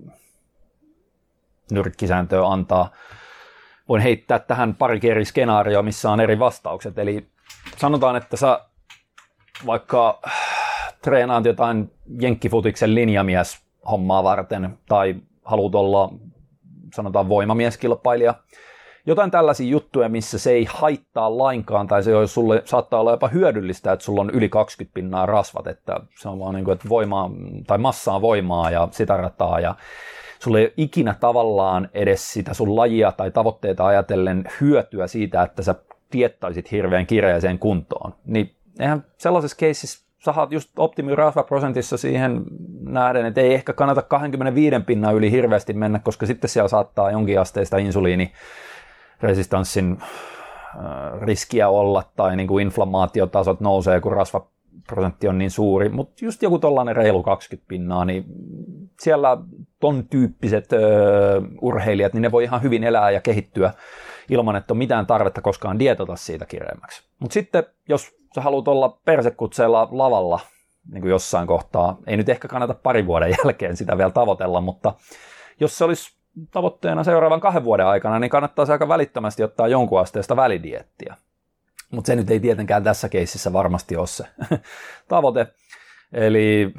nyrkkisääntöä antaa. Voin heittää tähän pari eri skenaarioa, missä on eri vastaukset. Eli sanotaan, että sä vaikka treenaat jotain jenkkifutiksen linjamies hommaa varten tai haluat olla, sanotaan, voimamieskilpailija, jotain tällaisia juttuja, missä se ei haittaa lainkaan, tai se sulle saattaa olla jopa hyödyllistä, että sulla on yli kaksikymmentä pinnaa rasvat, että se on vaan niin kuin, että voimaa, tai massaa voimaa ja sitä rataa, ja sulla ei ole ikinä tavallaan edes sitä sun lajia tai tavoitteita ajatellen hyötyä siitä, että sä tiettäisit hirveän kireeseen kuntoon. Niin eihän sellaisessa keississä saat just optimirasvaprosentissa siihen nähden, että ei ehkä kannata kaksikymmentäviisi pinnan yli hirveästi mennä, koska sitten siellä saattaa jonkinasteista insuliiniresistanssin riskiä olla tai niin kuin inflammaatiotasot nousee, kun rasvaprosentti on niin suuri, mutta just joku tollainen reilu kaksikymmentä pinnaa, niin siellä ton tyyppiset ö, urheilijat, niin ne voi ihan hyvin elää ja kehittyä ilman, että on mitään tarvetta koskaan dietata siitä kireemmäksi. Mutta sitten, jos sä haluat olla persekutseilla lavalla niin kuin jossain kohtaa, ei nyt ehkä kannata parin vuoden jälkeen sitä vielä tavoitella, mutta jos se olisi tavoitteena seuraavan kahden vuoden aikana, niin kannattaisi aika välittömästi ottaa jonkun asteesta välidiettiä. Mutta se nyt ei tietenkään tässä keississä varmasti ole se tavoite. Eli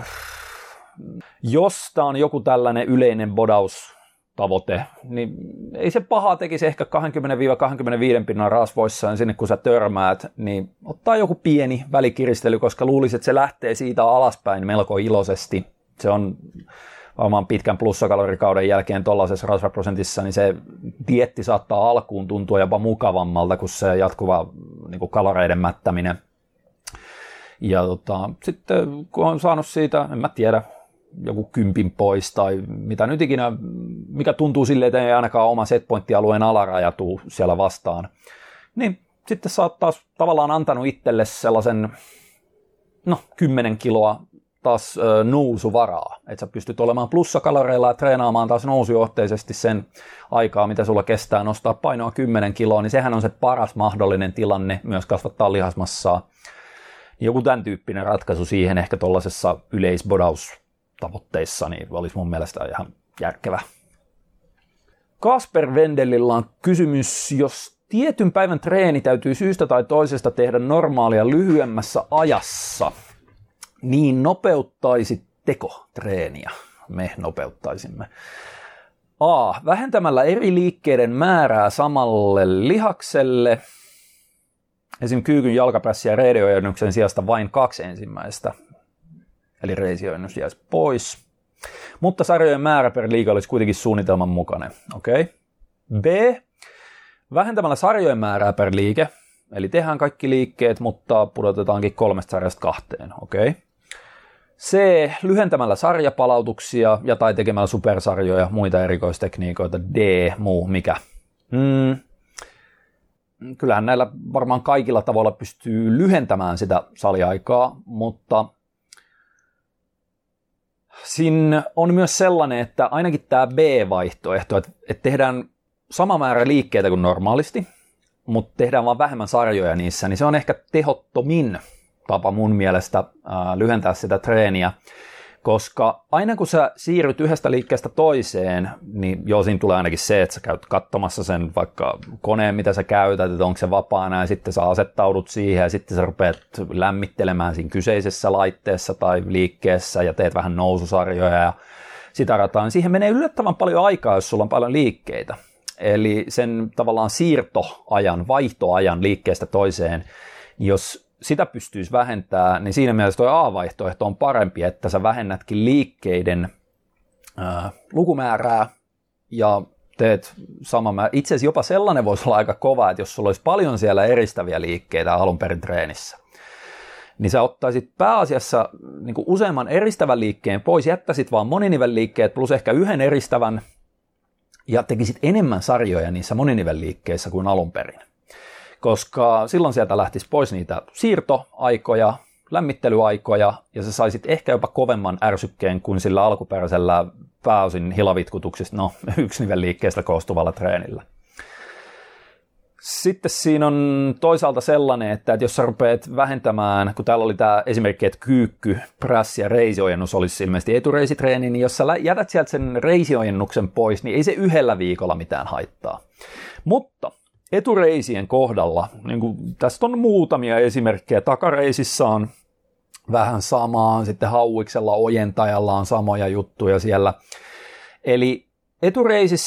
jos tämä on joku tällainen yleinen bodaustavoite, niin ei se pahaa tekisi ehkä kaksikymmentä kaksikymmentäviisi pinnan rasvoissaan sinne, kun sä törmäät, niin ottaa joku pieni välikiristely, koska luulisin, että se lähtee siitä alaspäin melko iloisesti. Se on varmaan pitkän plussakalorikauden jälkeen tuollaisessa rasvaprosentissa, niin se dieetti saattaa alkuun tuntua jopa mukavammalta kuin se jatkuva niin kuin kaloreiden mättäminen. Ja tota, sitten kun on saanut siitä, en mä tiedä, joku kympin pois tai mitä nyt ikinä, mikä tuntuu silleen, että ei ainakaan oma setpointtialueen alaraja tuu siellä vastaan, niin sitten sä oot taas tavallaan antanut itselle sellaisen, no, kymmenen kiloa taas ö, nousuvaraa, että sä pystyt olemaan plussakaloreilla ja treenaamaan taas nousujohteisesti sen aikaa, mitä sulla kestää nostaa painoa kymmenen kiloa, niin sehän on se paras mahdollinen tilanne myös kasvattaa lihasmassaa. Joku tämän tyyppinen ratkaisu siihen ehkä tuollaisessa yleisbodaustavoitteissa niin olisi mun mielestä ihan järkevä. Kasper Vendelillä on kysymys, jos tietyn päivän treeni täytyy syystä tai toisesta tehdä normaalia lyhyemmässä ajassa, niin nopeuttaisitteko treeniä? Me nopeuttaisimme. A. Vähentämällä eri liikkeiden määrää samalle lihakselle. Esim. Kyykyn, jalkapässi ja reisiojennuksen sijasta vain kaksi ensimmäistä. Eli reisiojennus jäisi pois. Mutta sarjojen määrä per liike olisi kuitenkin suunnitelman mukainen. Okay. B. Vähentämällä sarjojen määrää per liike. Eli tehdään kaikki liikkeet, mutta pudotetaankin kolmesta sarjasta kahteen. Okay. C. Lyhentämällä sarjapalautuksia ja tai tekemällä supersarjoja, muita erikoistekniikoita. D. Muu mikä. Hmm. Kyllähän näillä varmaan kaikilla tavoilla pystyy lyhentämään sitä saliaikaa, mutta siinä on myös sellainen, että ainakin tämä B-vaihtoehto, että tehdään sama määrä liikkeitä kuin normaalisti, mutta tehdään vaan vähemmän sarjoja niissä, niin se on ehkä tehottomin tapa mun mielestä ää, lyhentää sitä treeniä, koska aina kun sä siirryt yhdestä liikkeestä toiseen, niin joo, siinä tulee ainakin se, että sä käyt katsomassa sen vaikka koneen, mitä sä käytät, että onko se vapaana, ja sitten sä asettaudut siihen, ja sitten sä rupeat lämmittelemään siinä kyseisessä laitteessa tai liikkeessä, ja teet vähän noususarjoja, ja sitä rataa, niin siihen menee yllättävän paljon aikaa, jos sulla on paljon liikkeitä. Eli sen tavallaan siirtoajan, vaihtoajan liikkeestä toiseen, jos sitä pystyisi vähentämään, niin siinä mielessä tuo A-vaihtoehto on parempi, että sä vähennätkin liikkeiden ää, lukumäärää ja teet sama määrä. Itse asiassa jopa sellainen voisi olla aika kova, että jos sulla olisi paljon siellä eristäviä liikkeitä alun perin treenissä, niin sä ottaisit pääasiassa niin kuin useamman eristävän liikkeen pois, jättäisit vaan moninivelliikkeet plus ehkä yhden eristävän ja tekisit enemmän sarjoja niissä moninivelliikkeissä kuin alun perin. Koska silloin sieltä lähtisi pois niitä siirtoaikoja, lämmittelyaikoja, ja sä saisit ehkä jopa kovemman ärsykkeen kuin sillä alkuperäisellä pääosin hilavitkutuksista, no yksinivelliikkeestä koostuvalla treenillä. Sitten siinä on toisaalta sellainen, että jos sä rupeat vähentämään, kun täällä oli tämä esimerkki, että kyykky, prässi ja reisiojennus olisi ilmeisesti etureisitreeni, niin jos sä jätät sieltä sen reisiojennuksen pois, niin ei se yhdellä viikolla mitään haittaa. Mutta etureisien kohdalla, niin kuin tästä on muutamia esimerkkejä, takareisissä on vähän samaa, sitten hauiksella ojentajalla on samoja juttuja siellä. Eli etureisissä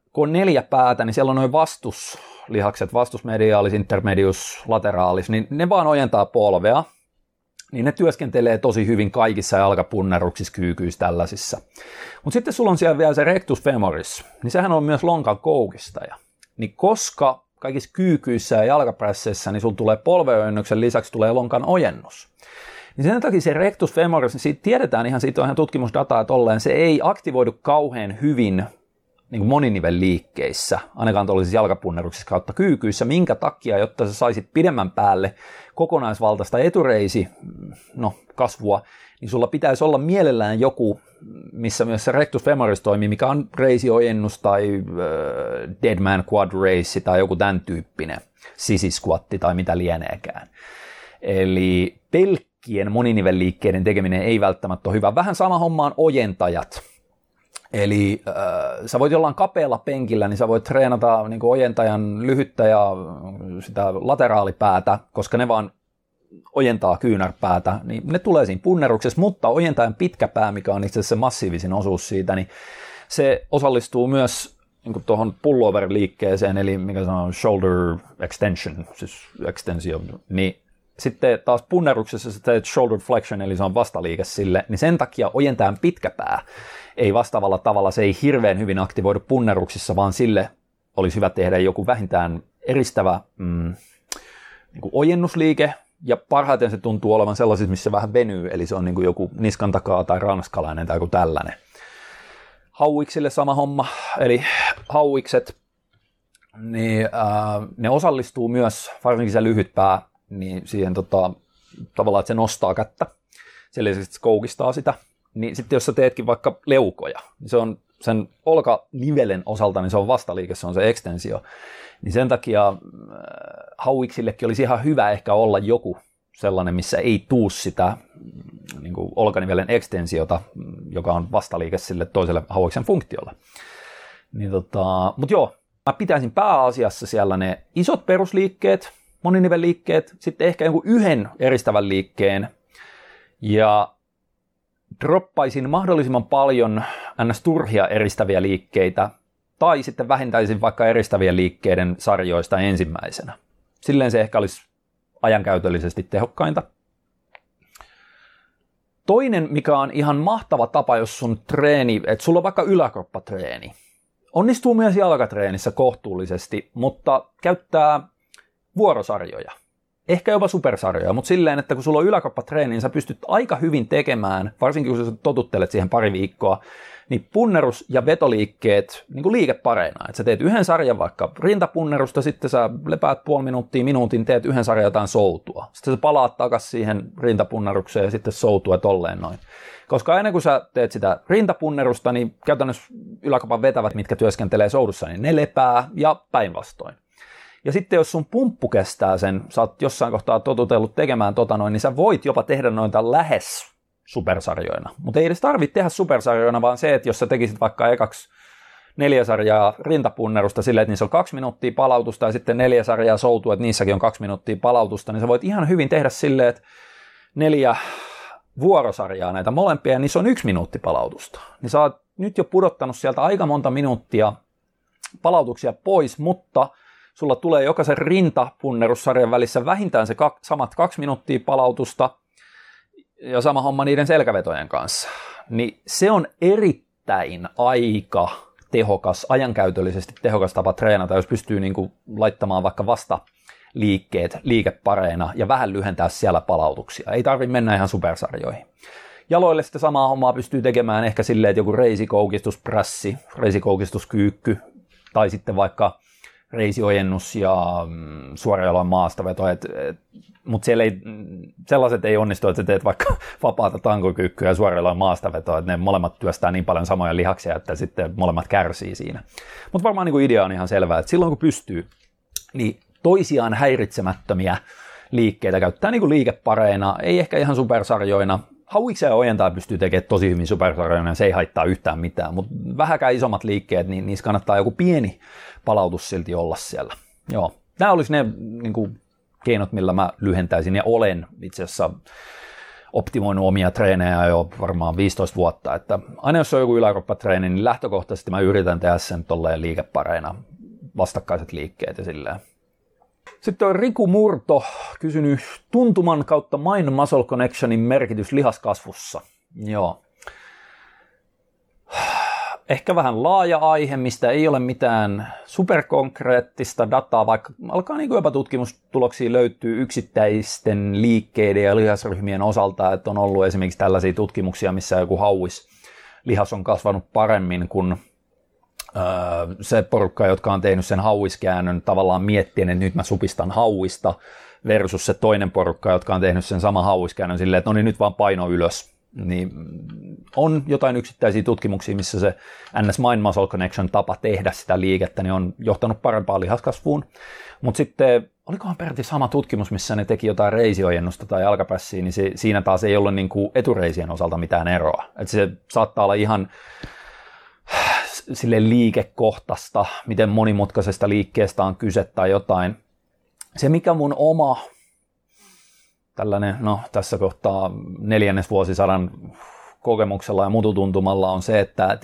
kun on neljä päätä, niin siellä on noin vastuslihakset, vastusmediaalis, intermedius, lateraalis, niin ne vaan ojentaa polvea, niin ne työskentelee tosi hyvin kaikissa jalkapunneruksissa, kyykyissä, tällaisissa. Mutta sitten sulla on siellä vielä se rectus femoris, niin sehän on myös lonkan koukistaja. Niin koska kaikissa kyykyissä ja jalkapresseissä, niin sulla tulee polveojennuksen lisäksi tulee lonkan ojennus. Niin sen takia se rectus femoris, niin siitä tiedetään ihan, siitä on ihan tutkimusdataa, että olleen se ei aktivoidu kauhean hyvin niin kuin moninivelliikkeissä, ainakaan tuollaisissa jalkapunneruksissa kautta kyykyissä, minkä takia, jotta sä saisit pidemmän päälle kokonaisvaltaista etureisi, no kasvua, niin sulla pitäisi olla mielellään joku, missä myös se rectus femoris toimii, mikä on reisiojennus tai äh, dead man quad race tai joku tämän tyyppinen sisisquatti tai mitä lieneekään. Eli pelkkien moninivelliikkeiden tekeminen ei välttämättä ole hyvä. Vähän sama homma on ojentajat. Eli äh, sä voit jollain kapealla penkillä, niin sä voit treenata niin kuin ojentajan lyhyttä ja sitä lateraalipäätä, koska ne vaan ojentaa kyynärpäätä, niin ne tulee siinä punneruksessa, mutta ojentajan pitkä pää, mikä on itse asiassa se massiivisin osuus siitä, niin se osallistuu myös niin kuin tuohon pullover-liikkeeseen, eli mikä se on shoulder extension, siis extensio, niin sitten taas punneruksessa sä teet shoulder flexion, eli se on vastaliike sille, niin sen takia ojentajan pitkä pää ei vastaavalla tavalla, se ei hirveän hyvin aktivoidu punneruksissa, vaan sille olisi hyvä tehdä joku vähintään eristävä mm, niin kuin ojennusliike, ja parhaiten se tuntuu olevan sellaisissa, missä se vähän venyy, eli se on niin kuin joku niskan takaa tai ranskalainen tai joku tällainen. Hauiksille sama homma, eli hauikset, niin äh, ne osallistuu myös, varsinkin se lyhyt pää, niin siihen tota, tavallaan, että se nostaa kättä, sen lisäksi se koukistaa sitä, niin sitten jos sä teetkin vaikka leukoja, niin se on sen olkanivelen osalta, niin se on vastaliike, se on se ekstensio, niin sen takia äh, hauiksillekin olisi ihan hyvä ehkä olla joku sellainen, missä ei tuu sitä niin kuin olkanivelen ekstensiota, joka on vastaliike sille toiselle hauiksen funktiolle. Niin tota, mutta joo, mä pitäisin pääasiassa siellä ne isot perusliikkeet, moninivelliikkeet, sitten ehkä jonkun yhden eristävän liikkeen, ja droppaisin mahdollisimman paljon ns. Turhia eristäviä liikkeitä, tai sitten vähentäisin vaikka eristävien liikkeiden sarjoista ensimmäisenä. Silleen se ehkä olisi ajankäytöllisesti tehokkainta. Toinen, mikä on ihan mahtava tapa, jos sun treeni, että sulla on vaikka yläkroppatreeni, onnistuu myös jalkatreenissä kohtuullisesti, mutta käyttää vuorosarjoja, ehkä jopa supersarjoja, mutta silleen, että kun sulla on yläkroppatreeni, niin sä pystyt aika hyvin tekemään, varsinkin kun sä totuttelet siihen pari viikkoa, niin punnerus- ja vetoliikkeet niin kuin liikepareina. Että sä teet yhden sarjan vaikka rintapunnerusta, sitten sä lepäät puoli minuuttia, minuutin, teet yhden sarjan jotain soutua. Sitten sä palaat takaisin siihen rintapunnerukseen ja sitten soutua tolleen noin. Koska aina kun sä teet sitä rintapunnerusta, niin käytännössä yläkropan vetävät, mitkä työskentelee soudussa, niin ne lepää ja päinvastoin. Ja sitten jos sun pumppu kestää sen, sä oot jossain kohtaa totutellut tekemään tota noin, niin sä voit jopa tehdä noita lähes supersarjoina. Mutta ei edes tarvitse tehdä supersarjoina, vaan se, että jos sä tekisit vaikka ekaksi neljä sarjaa rintapunnerusta silleen, että niissä on kaksi minuuttia palautusta ja sitten neljä sarjaa soutua, että niissäkin on kaksi minuuttia palautusta, niin sä voit ihan hyvin tehdä silleen, että neljä vuorosarjaa näitä molempia, ja niissä on yksi minuutti palautusta. Niin sä oot nyt jo pudottanut sieltä aika monta minuuttia palautuksia pois, mutta sulla tulee jokaisen rintapunnerussarjan välissä vähintään se kak, samat kaksi minuuttia palautusta ja sama homma niiden selkävetojen kanssa. Niin se on erittäin aika tehokas, ajankäytöllisesti tehokas tapa treenata, jos pystyy niinku laittamaan vaikka vasta liikkeet liikepareina ja vähän lyhentää siellä palautuksia. Ei tarvitse mennä ihan supersarjoihin. Jaloille sitten samaa hommaa pystyy tekemään ehkä silleen, että joku reisikoukistusprassi, reisikoukistuskyykky tai sitten vaikka reisiojennus ja mm, suorajaloin maastaveto, mutta siellä ei, sellaiset ei onnistu, että teet vaikka vapaata tankokyykkyä ja suorajaloin maastavetoa, että ne molemmat työstää niin paljon samoja lihaksia, että sitten molemmat kärsii siinä. Mutta varmaan niin kuin idea on ihan selvää, että silloin kun pystyy, niin toisiaan häiritsemättömiä liikkeitä käyttää niin kuin liikepareina, ei ehkä ihan supersarjoina. Hauiksia ja ojentaa pystyy tekemään tosi hyvin supersarjoina, ja se ei haittaa yhtään mitään, mutta vähäkään isommat liikkeet, niin niissä kannattaa joku pieni palautus silti olla siellä. Joo, nämä olisi ne niin kuin, keinot, millä mä lyhentäisin, ja olen itse asiassa optimoinut omia treenejä jo varmaan viisitoista vuotta, että aina jos on joku yläkroppatreeni, niin lähtökohtaisesti mä yritän tehdä sen tolleen liikepareina, vastakkaiset liikkeet ja silleen. Sitten on Riku Murto kysynyt tuntuman kautta mind-muscle connectionin merkitys lihaskasvussa. Joo. Ehkä vähän laaja aihe, mistä ei ole mitään superkonkreettista dataa, vaikka alkaa niin kuin jopa tutkimustuloksia löytyy yksittäisten liikkeiden ja lihasryhmien osalta, että on ollut esimerkiksi tällaisia tutkimuksia, missä joku hauis lihas on kasvanut paremmin kuin öö, se porukka, jotka on tehnyt sen hauiskäännön tavallaan miettien, että nyt mä supistan hauista, versus se toinen porukka, jotka on tehnyt sen sama hauiskäännön silleen, että no niin nyt vaan paino ylös. Niin on jotain yksittäisiä tutkimuksia, missä se N S Mind-Muscle Connection tapa tehdä sitä liikettä niin on johtanut parempaan lihaskasvuun. Mutta sitten, olikohan peräti sama tutkimus, missä ne teki jotain reisiojennusta tai jalkapässiä, niin se, siinä taas ei ollut niinku etureisien osalta mitään eroa. Et se saattaa olla ihan sille liikekohtaista, miten monimutkaisesta liikkeestä on kyse tai jotain. Se mikä mun oma tällainen, no tässä kohtaa neljännesvuosisadan kokemuksella ja mututuntumalla on se, että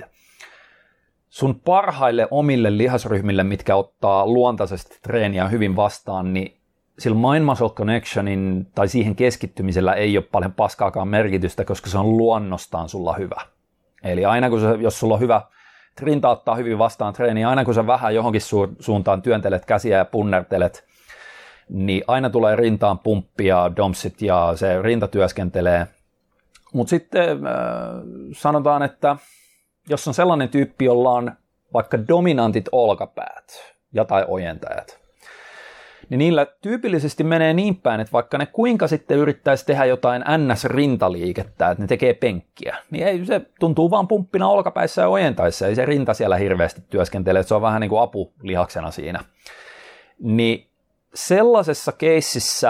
sun parhaille omille lihasryhmille, mitkä ottaa luontaisesti treeniä hyvin vastaan, niin sillä mind-muscle connectionin tai siihen keskittymisellä ei ole paljon paskaakaan merkitystä, koska se on luonnostaan sulla hyvä. Eli aina kun se, jos sulla on hyvä rinta ottaa hyvin vastaan treeniä, aina kun sä vähän johonkin su- suuntaan työntelet käsiä ja punnertelet, niin aina tulee rintaan pumppi ja domsit ja se rinta työskentelee. Mutta sitten äh, sanotaan, että jos on sellainen tyyppi, jolla on vaikka dominantit olkapäät ja tai ojentajat, niin niillä tyypillisesti menee niin päin, että vaikka ne kuinka sitten yrittäisi tehdä jotain N S-rintaliikettä, että ne tekee penkkiä, niin ei, se tuntuu vaan pumppina olkapäissä ja ojentaissa, ei se rinta siellä hirveästi työskentele, että se on vähän niin kuin apulihaksena siinä. Niin sellaisessa keississä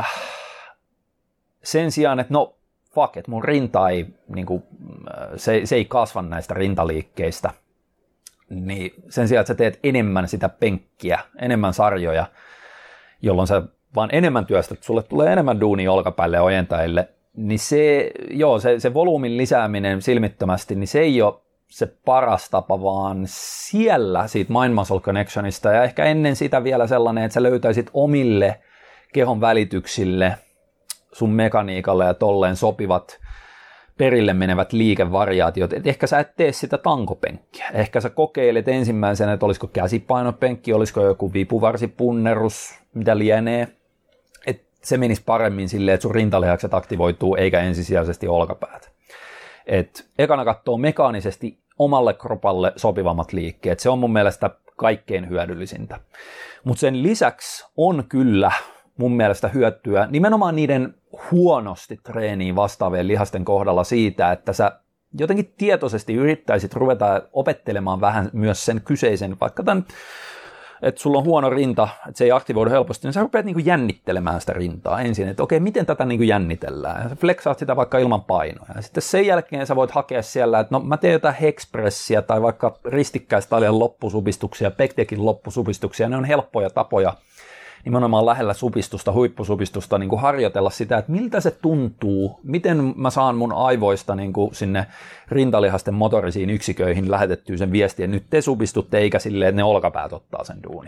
sen sijaan, että no fuck, että mun rinta ei, niin kuin, se, se ei kasva näistä rintaliikkeistä, niin sen sijaan, että sä teet enemmän sitä penkkiä, enemmän sarjoja, jolloin sä vaan enemmän työstät, sulle tulee enemmän duunia olkapäille ja ojentajille, niin se, joo, se, se volyymin lisääminen silmittömästi, niin se ei ole se paras tapa, vaan siellä siitä mind-muscle connectionista ja ehkä ennen sitä vielä sellainen, että sä löytäisit omille kehon välityksille, sun mekaniikalle ja tolleen sopivat perille menevät liikevariaatiot. Et ehkä sä et tee sitä tankopenkkiä. Ehkä sä kokeilet ensimmäisenä, että olisiko käsipainopenkki, olisiko joku vipuvarsipunnerus, mitä lienee. Et se menisi paremmin silleen, että sun rintalihakset aktivoituu eikä ensisijaisesti olkapäät. Et ekana katsoo mekaanisesti omalle kropalle sopivammat liikkeet. Se on mun mielestä kaikkein hyödyllisintä. Mutta sen lisäksi on kyllä mun mielestä hyötyä nimenomaan niiden huonosti treeniin vastaavien lihasten kohdalla siitä, että sä jotenkin tietoisesti yrittäisit ruveta opettelemaan vähän myös sen kyseisen, vaikka tämän, että sulla on huono rinta, että se ei aktivoidu helposti, niin sä rupeat niinku jännittelemään sitä rintaa ensin, että okei, miten tätä niinku jännitellään, ja sä flexaat sitä vaikka ilman painoa, ja sitten sen jälkeen sä voit hakea siellä, että no mä teen jotain hexpressia tai vaikka ristikkäistaljan loppusupistuksia, pekdekin loppusupistuksia, ne on helppoja tapoja nimenomaan lähellä supistusta, huippusupistusta, niin kuin harjoitella sitä, että miltä se tuntuu, miten mä saan mun aivoista niin kuin sinne rintalihasten motorisiin yksiköihin lähetettyä sen viestin, että nyt te supistutte eikä silleen, että ne olkapäät ottaa sen duuni.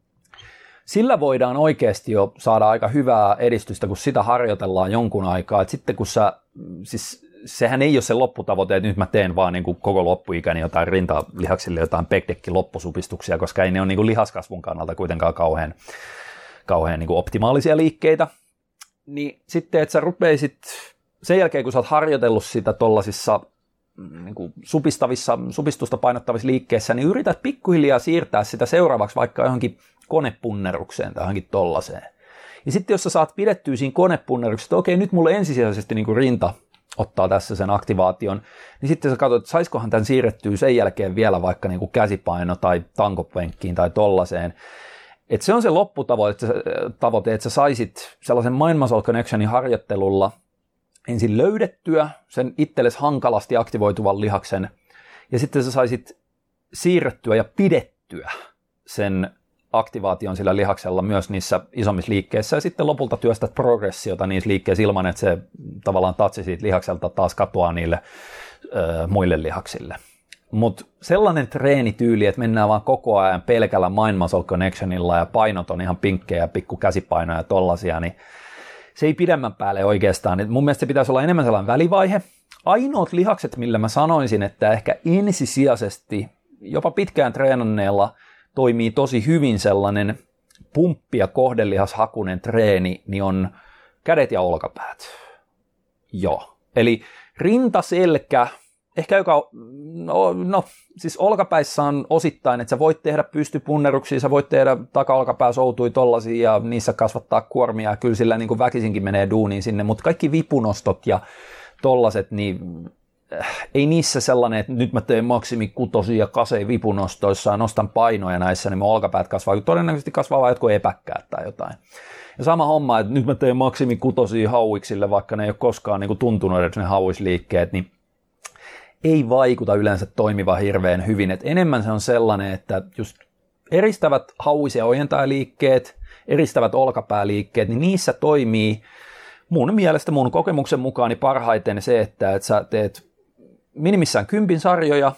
Sillä voidaan oikeasti jo saada aika hyvää edistystä, kun sitä harjoitellaan jonkun aikaa, että sitten kun sä, siis sehän ei ole se lopputavoite, että nyt mä teen vaan niin kuin koko loppuikäni jotain rintalihaksille jotain pekdekki loppusupistuksia, koska ei ne ole niin kuin lihaskasvun kannalta kuitenkaan kauhean kauhean niin kuin optimaalisia liikkeitä, niin sitten, että sä rupeisit sen jälkeen, kun sä oot harjoitellut sitä tollasissa niin kuin supistavissa, supistusta painottavissa liikkeissä, niin yrität pikkuhiljaa siirtää sitä seuraavaksi vaikka johonkin konepunnerukseen tai johonkin tollaseen. Ja sitten jos sä saat pidettyä siinä konepunneruksessa, että okei, nyt mulle ensisijaisesti niin kuin rinta ottaa tässä sen aktivaation, niin sitten sä katsot, että saisikohan tämän siirrettyä sen jälkeen vielä vaikka niin kuin käsipaino tai tankopenkkiin tai tollaseen. Et se on se lopputavoite, tavoite, että sä saisit sellaisen mind-muscle connectionin harjoittelulla ensin löydettyä sen itsellesi hankalasti aktivoituvan lihaksen, ja sitten sä saisit siirrettyä ja pidettyä sen aktivaation sillä lihaksella myös niissä isommissa liikkeissä ja sitten lopulta työstät progressiota niissä liikkeissä ilman, että se tavallaan tatsi siitä lihakselta taas katoaa niille ö, muille lihaksille. Mutta sellainen treenityyli, että mennään vaan koko ajan pelkällä mind muscle connectionilla ja painot on ihan pinkkejä, pikku käsipainoja ja tollasia, niin se ei pidemmän päälle oikeastaan. Et mun mielestä se pitäisi olla enemmän sellainen välivaihe. Ainoat lihakset, millä mä sanoisin, että ehkä ensisijaisesti jopa pitkään treenanneella toimii tosi hyvin sellainen pumppi- ja kohdelihashakunen treeni, niin on kädet ja olkapäät. Joo. Eli rinta, selkä, ehkä joka, no, no siis olkapäissä on osittain, että sä voit tehdä pystypunneruksia, sä voit tehdä taka-olkapää soutui tollasia ja niissä kasvattaa kuormia, ja kyllä sillä niin kuin väkisinkin menee duuniin sinne, mutta kaikki vipunostot ja tollaset, niin äh, ei niissä sellainen, että nyt mä teen maksimikutosia ja kasei vipunostoissa ja nostan painoja näissä, niin mun olkapäät kasvaa, todennäköisesti kasvaa vaan jotkut epäkkäät tai jotain. Ja sama homma, että nyt mä teen maksimikutosia hauiksille, vaikka ne ei ole koskaan niin kuin tuntunut edes ne hauisliikkeet, niin ei vaikuta yleensä toimiva hirveän hyvin. Et enemmän se on sellainen, että just eristävät hauis- ja ojentajaliikkeet, eristävät olkapääliikkeet, niin niissä toimii mun mielestä, mun kokemuksen mukaan niin parhaiten se, että et sä teet minimissään kympin sarjoja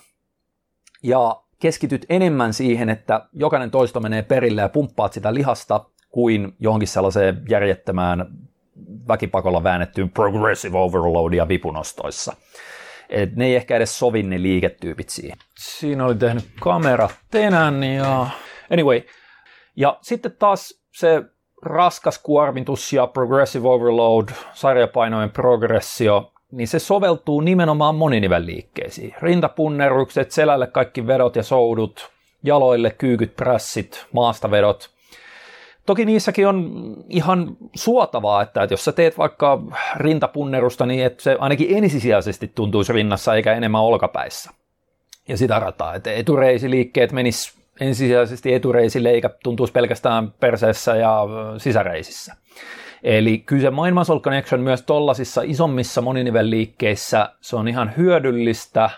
ja keskityt enemmän siihen, että jokainen toisto menee perille ja pumppaat sitä lihasta kuin johonkin sellaiseen järjettömään väkipakolla väännettyyn progressive overloadia vipunostoissa. Et ne ei ehkä edes sovi ne liiketyypit siihen. Siinä oli tehnyt kamera tenän ja anyway. Ja sitten taas se raskas kuormitus ja progressive overload, sarjapainojen progressio, niin se soveltuu nimenomaan moninivelliikkeisiin. Rintapunnerukset, selälle kaikki vedot ja soudut, jaloille kyykyt, prässit, maastavedot. Toki niissäkin on ihan suotavaa, että jos sä teet vaikka rintapunnerusta, niin että se ainakin ensisijaisesti tuntuisi rinnassa eikä enemmän olkapäissä. Ja sitä rataa, että etureisiliikkeet menis ensisijaisesti etureisille eikä tuntuisi pelkästään perseessä ja sisäreisissä. Eli kyllä se mind muscle connection myös tollasissa isommissa moninivelliikkeissä, se on ihan hyödyllistä.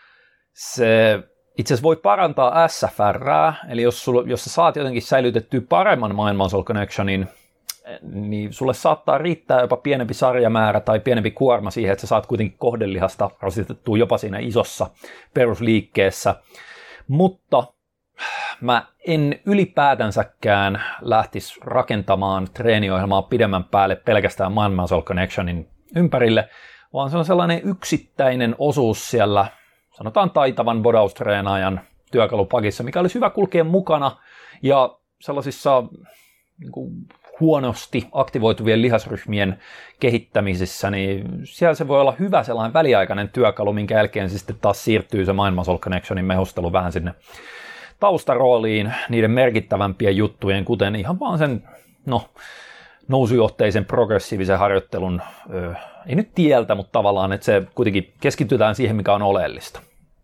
Se itse asiassa voi parantaa S F R:ää, eli jos, sulla, jos sä saat jotenkin säilytettyä paremman mind muscle connectionin, niin sulle saattaa riittää jopa pienempi sarjamäärä tai pienempi kuorma siihen, että sä saat kuitenkin kohdelihasta rasitettua jopa siinä isossa perusliikkeessä. Mutta mä en ylipäätänsäkään lähtisi rakentamaan treeniohjelmaa pidemmän päälle pelkästään mind muscle connectionin ympärille, vaan se on sellainen yksittäinen osuus siellä, sanotaan taitavan bodaustreenaajan työkalupakissa, mikä olisi hyvä kulkea mukana, ja sellaisissa niin kuin huonosti aktivoituvien lihasryhmien kehittämisissä, niin siellä se voi olla hyvä sellainen väliaikainen työkalu, minkä jälkeen se sitten taas siirtyy se mind muscle connectionin mehustelu vähän sinne taustarooliin niiden merkittävämpien juttujen, kuten ihan vaan sen no, nousujohteisen progressiivisen harjoittelun, ö, ei nyt tieltä, mutta tavallaan, että se kuitenkin keskitytään siihen, mikä on oleellista.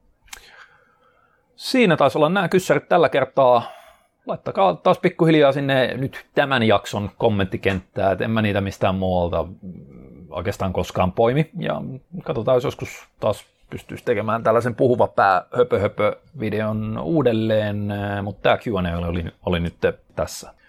Siinä taisi olla nämä kyssärit tällä kertaa. Laittakaa taas pikkuhiljaa sinne nyt tämän jakson kommenttikenttää, että en mä niitä mistään muualta oikeastaan koskaan poimi. Ja katsotaan, jos joskus taas pystyisi tekemään tällaisen puhuva pää höpö höpö videon uudelleen, mutta tämä Q and A oli, oli nyt tässä.